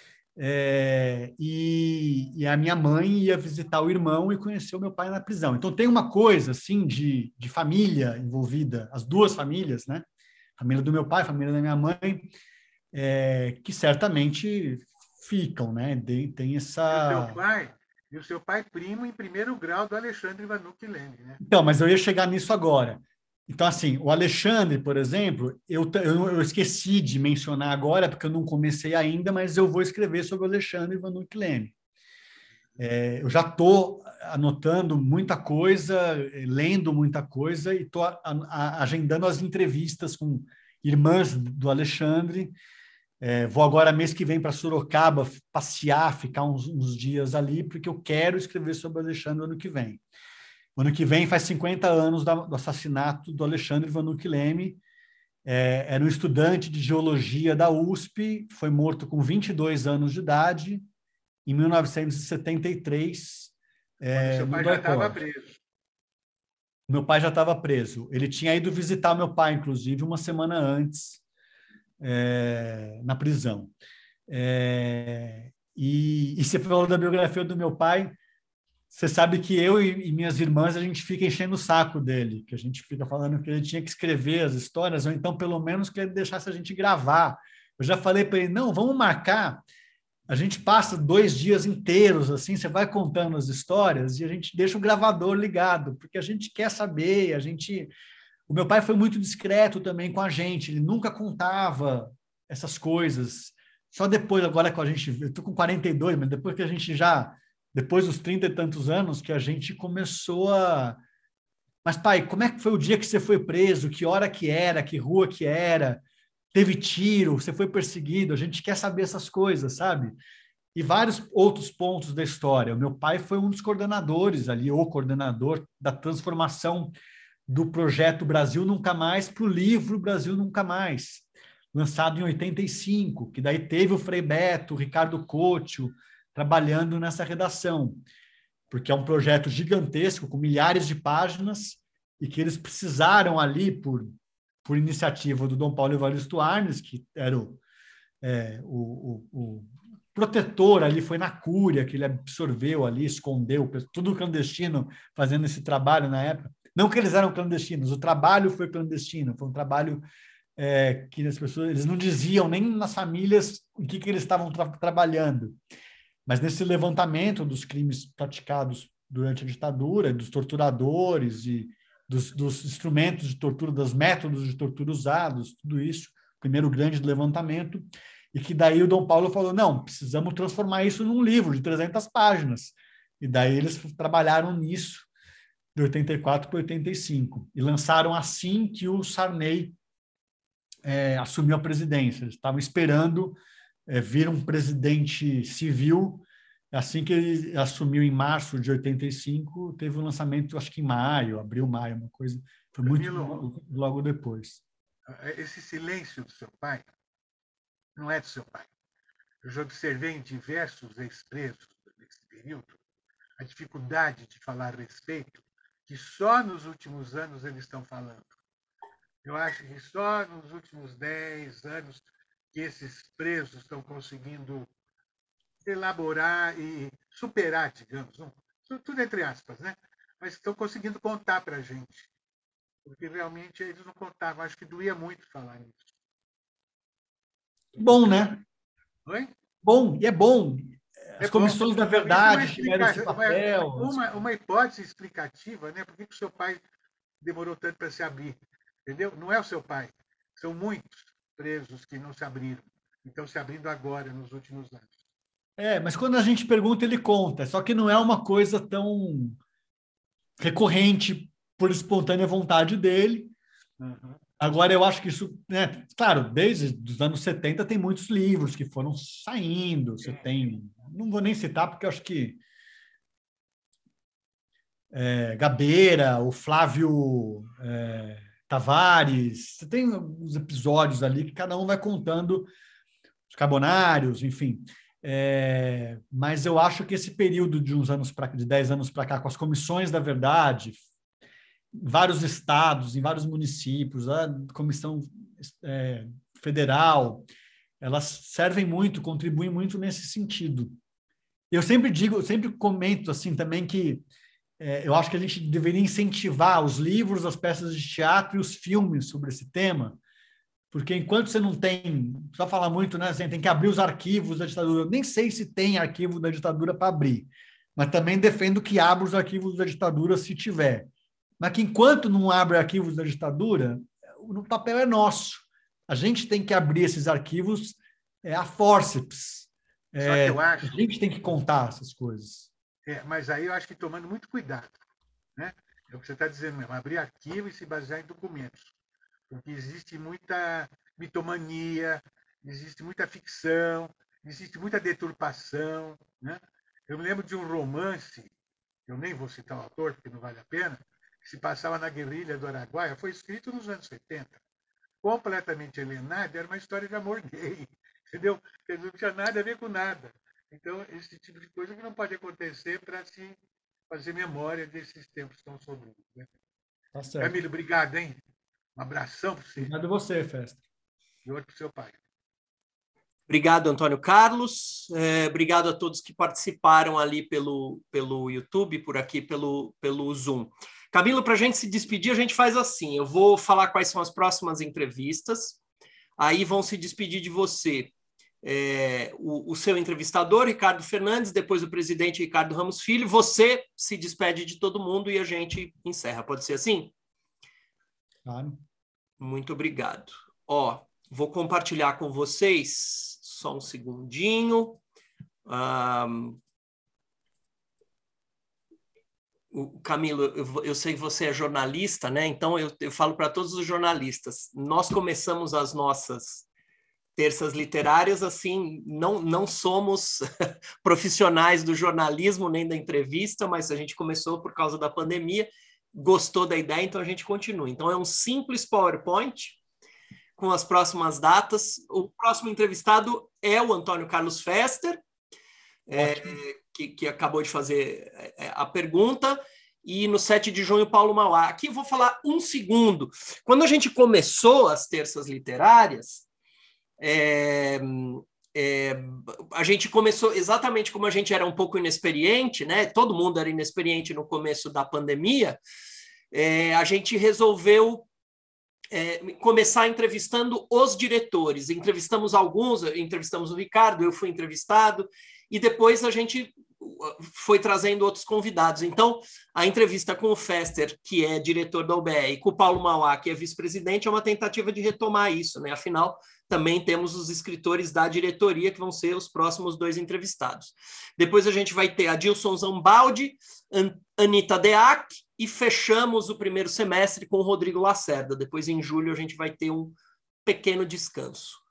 é, e, e a minha mãe ia visitar o irmão e conheceu meu pai na prisão. Então tem uma coisa assim de, de família envolvida, as duas famílias, né? Família do meu pai, família da minha mãe, é, que certamente ficam, né? De, tem essa... E o seu pai, e o seu pai primo em primeiro grau do Alexandre Vanucchi Leme, né? Então, mas eu ia chegar nisso agora. Então, assim, o Alexandre, por exemplo, eu, eu, eu esqueci de mencionar agora, porque eu não comecei ainda, mas eu vou escrever sobre o Alexandre Vanucchi Leme. É, eu já estou anotando muita coisa, lendo muita coisa, e estou agendando as entrevistas com irmãs do Alexandre. É, vou agora, mês que vem, para Sorocaba, passear, ficar uns, uns dias ali, porque eu quero escrever sobre o Alexandre ano que vem. Ano que vem faz cinquenta anos do assassinato do Alexandre Vanucchi Leme. É, era um estudante de geologia da U S P, foi morto com vinte e dois anos de idade, em mil novecentos e setenta e três, é, seu no pai já estava DOI-CORE. preso. Meu pai já estava preso. Ele tinha ido visitar meu pai, inclusive, uma semana antes, é, na prisão. É, e, e você falou da biografia do meu pai. Você sabe que eu e, e minhas irmãs, a gente fica enchendo o saco dele, que a gente fica falando que ele tinha que escrever as histórias, ou então, pelo menos, que ele deixasse a gente gravar. Eu já falei para ele, não, vamos marcar. A gente passa dois dias inteiros, assim, você vai contando as histórias e a gente deixa o gravador ligado, porque a gente quer saber, a gente... O meu pai foi muito discreto também com a gente, ele nunca contava essas coisas. Só depois, agora que a gente... Eu estou com quarenta e dois, mas depois que a gente já... Depois dos trinta e tantos anos, que a gente começou a... Mas, pai, como é que foi o dia que você foi preso? Que hora que era? Que rua que era? Teve tiro? Você foi perseguido? A gente quer saber essas coisas, sabe? E vários outros pontos da história. O meu pai foi um dos coordenadores ali, o coordenador da transformação do projeto Brasil Nunca Mais para o livro Brasil Nunca Mais, lançado em oitenta e cinco, que daí teve o Frei Beto, o Ricardo Couto, trabalhando nessa redação, porque é um projeto gigantesco, com milhares de páginas, e que eles precisaram ali, por, por iniciativa do Dom Paulo Evaristo Arnes, que era o, é, o, o, o protetor ali, foi na Cúria que ele absorveu ali, escondeu, tudo clandestino, fazendo esse trabalho na época. Não que eles eram clandestinos, o trabalho foi clandestino, foi um trabalho é, que as pessoas, eles não diziam nem nas famílias em que, que eles estavam tra trabalhando. Mas nesse levantamento dos crimes praticados durante a ditadura, dos torturadores e dos, dos instrumentos de tortura, dos métodos de tortura usados, tudo isso, primeiro grande levantamento, e que daí o Dom Paulo falou, não, precisamos transformar isso num livro de trezentas páginas. E daí eles trabalharam nisso de oitenta e quatro para oitenta e cinco, e lançaram assim que o Sarney é, assumiu a presidência. Eles estavam esperando é, vir um presidente civil assim que ele assumiu em março de oitenta e cinco, teve um lançamento, acho que em maio, abril, maio, uma coisa. Foi muito Camilo, logo depois. esse silêncio do seu pai não é do seu pai. Eu já observei em diversos ex-presos nesse período a dificuldade de falar a respeito, que só nos últimos anos eles estão falando. Eu acho que só nos últimos dez anos que esses presos estão conseguindo elaborar e superar, digamos, não, tudo entre aspas, né? Mas estão conseguindo contar para a gente. Porque realmente eles não contavam, acho que doía muito falar nisso. Bom, né? Oi? Bom, e é bom. As É comissões bom. da verdade Uma, tiveram esse papel. uma, uma hipótese explicativa, né? Por que o seu pai demorou tanto para se abrir? Entendeu? Não é o seu pai. São muitos presos que não se abriram. Estão se abrindo agora, nos últimos anos. É, mas quando a gente pergunta, ele conta. Só que não é uma coisa tão recorrente por espontânea vontade dele. Uhum. Agora, eu acho que isso, né, claro, desde os anos setenta tem muitos livros que foram saindo. Você tem, não vou nem citar, porque eu acho que é, Gabeira, o Flávio é, Tavares, você tem alguns episódios ali que cada um vai contando os carbonários, enfim. É, mas eu acho que esse período de uns anos para de dez anos para cá, com as comissões da verdade, em vários estados, em vários municípios, a comissão é, federal, elas servem muito, contribuem muito nesse sentido. Eu sempre digo, eu sempre comento assim também que é, eu acho que a gente deveria incentivar os livros, as peças de teatro e os filmes sobre esse tema, porque enquanto você não tem, só falar muito, né? Você tem que abrir os arquivos da ditadura. Eu nem sei se tem arquivo da ditadura para abrir, mas também defendo que abra os arquivos da ditadura se tiver. Mas que enquanto não abre arquivos da ditadura, o papel é nosso. A gente tem que abrir esses arquivos é, a fórceps. É, Só que eu acho... A gente tem que contar essas coisas. É, mas aí eu acho que tomando muito cuidado. Né? É o que você está dizendo mesmo, abrir arquivo e se basear em documentos. Porque existe muita mitomania, existe muita ficção, existe muita deturpação. Né? Eu me lembro de um romance, eu nem vou citar o autor, porque não vale a pena, que se passava na guerrilha do Araguaia, foi escrito nos anos setenta. Completamente alienado, era uma história de amor gay. Entendeu? Não tinha nada a ver com nada. Então, esse tipo de coisa que não pode acontecer para se fazer memória desses tempos tão sombrios. Né? Tá certo. Camilo, obrigado, hein? Um abração para você. Obrigado a você, Festa. E outro para o seu pai. Obrigado, Antônio Carlos. É, obrigado a todos que participaram ali pelo, pelo YouTube, por aqui pelo, pelo Zoom. Camilo, para a gente se despedir, a gente faz assim. Eu vou falar quais são as próximas entrevistas. Aí vão se despedir de você. É, o, o seu entrevistador, Ricardo Fernandes, depois o presidente Ricardo Ramos Filho. Você se despede de todo mundo e a gente encerra. Pode ser assim? Claro. Muito obrigado. Ó, vou compartilhar com vocês, só um segundinho. Um, o Camilo, eu, eu sei que você é jornalista, né? Então eu, eu falo para todos os jornalistas. Nós começamos as nossas terças literárias assim, não, não somos profissionais do jornalismo nem da entrevista, mas a gente começou por causa da pandemia, gostou da ideia, então a gente continua. Então é um simples PowerPoint com as próximas datas. O próximo entrevistado é o Antônio Carlos Fester, é, que, que acabou de fazer a pergunta, e no sete de junho, Paulo Mauá. Aqui eu vou falar um segundo. Quando a gente começou as terças literárias, É, é, a gente começou exatamente como a gente era um pouco inexperiente, né? Todo mundo era inexperiente no começo da pandemia. É, a gente resolveu é, começar entrevistando os diretores. Entrevistamos alguns, entrevistamos o Ricardo, eu fui entrevistado, e depois a gente foi trazendo outros convidados. Então, a entrevista com o Fester, que é diretor da U B R, e com o Paulo Mauá, que é vice-presidente, é uma tentativa de retomar isso, né? Afinal, também temos os escritores da diretoria, que vão ser os próximos dois entrevistados. Depois a gente vai ter a Dilson Zambaldi, An Anitta Deac, e fechamos o primeiro semestre com o Rodrigo Lacerda. Depois, em julho, a gente vai ter um pequeno descanso.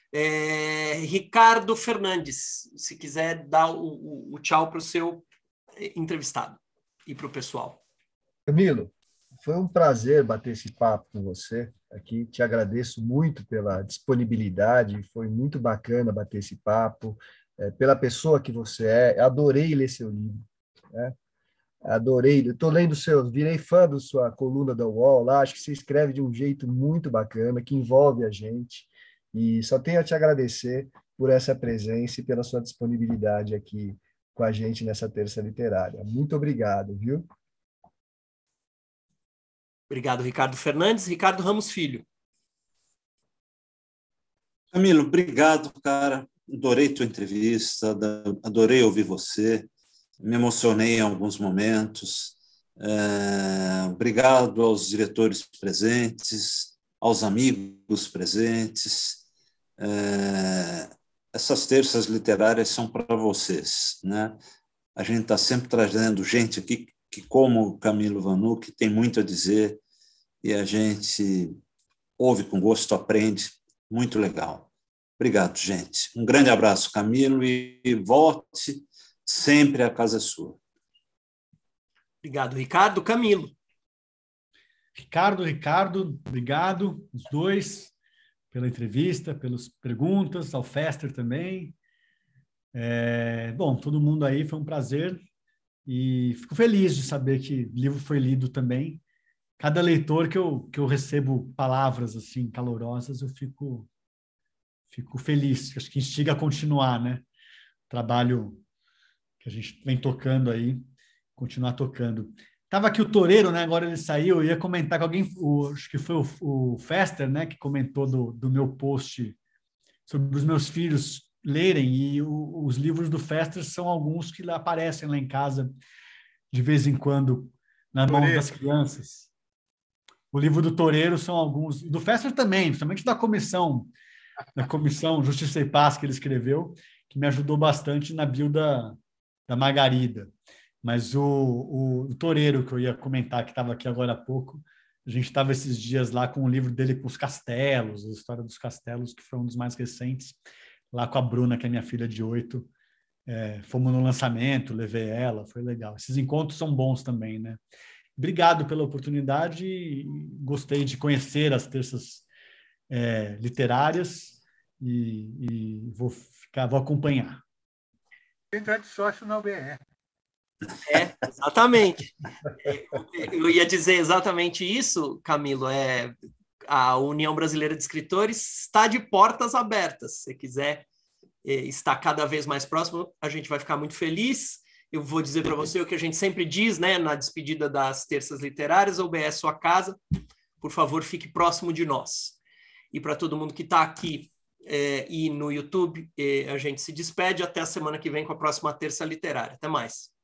É, Ricardo Fernandes, se quiser dar o, o, o tchau para o seu entrevistado e para o pessoal. Camilo, foi um prazer bater esse papo com você aqui. Te agradeço muito pela disponibilidade, foi muito bacana bater esse papo, é, pela pessoa que você é. Adorei ler seu livro, né? Adorei, estou lendo o seu, virei fã da sua coluna da U O L lá, acho que você escreve de um jeito muito bacana, que envolve a gente, e só tenho a te agradecer por essa presença e pela sua disponibilidade aqui com a gente nessa terça literária. Muito obrigado, viu? Obrigado, Ricardo Fernandes. Ricardo Ramos Filho. Camilo, obrigado, cara. Adorei tua entrevista, adorei ouvir você. Me emocionei em alguns momentos. É, obrigado aos diretores presentes, aos amigos presentes. É, essas terças literárias são para vocês, né? A gente está sempre trazendo gente aqui que, como o Camilo Vanucchi, tem muito a dizer e a gente ouve com gosto, aprende. Muito legal. Obrigado, gente. Um grande abraço, Camilo, e volte. Sempre a casa é sua. Obrigado, Ricardo. Camilo. Ricardo, Ricardo, obrigado, os dois, pela entrevista, pelas perguntas, ao Fester também. É, bom, todo mundo aí, foi um prazer. E fico feliz de saber que o livro foi lido também. Cada leitor que eu, que eu recebo palavras assim calorosas, eu fico, fico feliz. Acho que instiga a continuar, né? O trabalho que a gente vem tocando aí, continuar tocando. Tava aqui o Toreiro, né? Agora ele saiu, eu ia comentar com alguém, o, acho que foi o, o Fester, né? Que comentou do, do meu post sobre os meus filhos lerem, e o, os livros do Fester são alguns que aparecem lá em casa de vez em quando, nas mãos das crianças. O livro do Toreiro são alguns, do Fester também, principalmente da comissão, da comissão Justiça e Paz que ele escreveu, que me ajudou bastante na bio da, da Margarida. Mas o, o, o Toreiro, que eu ia comentar, que estava aqui agora há pouco, a gente estava esses dias lá com o livro dele com os castelos, a história dos castelos, que foi um dos mais recentes, lá com a Bruna, que é minha filha de oito. É, fomos no lançamento, levei ela, foi legal. Esses encontros são bons também, né? Obrigado pela oportunidade, gostei de conhecer as terças é, literárias e, e vou ficar, vou acompanhar. Entrar de sócio na U B R. É, exatamente. Eu ia dizer exatamente isso, Camilo. É, a União Brasileira de Escritores está de portas abertas. Se você quiser é, estar cada vez mais próximo, a gente vai ficar muito feliz. Eu vou dizer para você o que a gente sempre diz, né, na despedida das terças literárias: a U B é sua casa, por favor, fique próximo de nós. E para todo mundo que está aqui é, e no YouTube, é, a gente se despede até a semana que vem com a próxima terça literária. Até mais.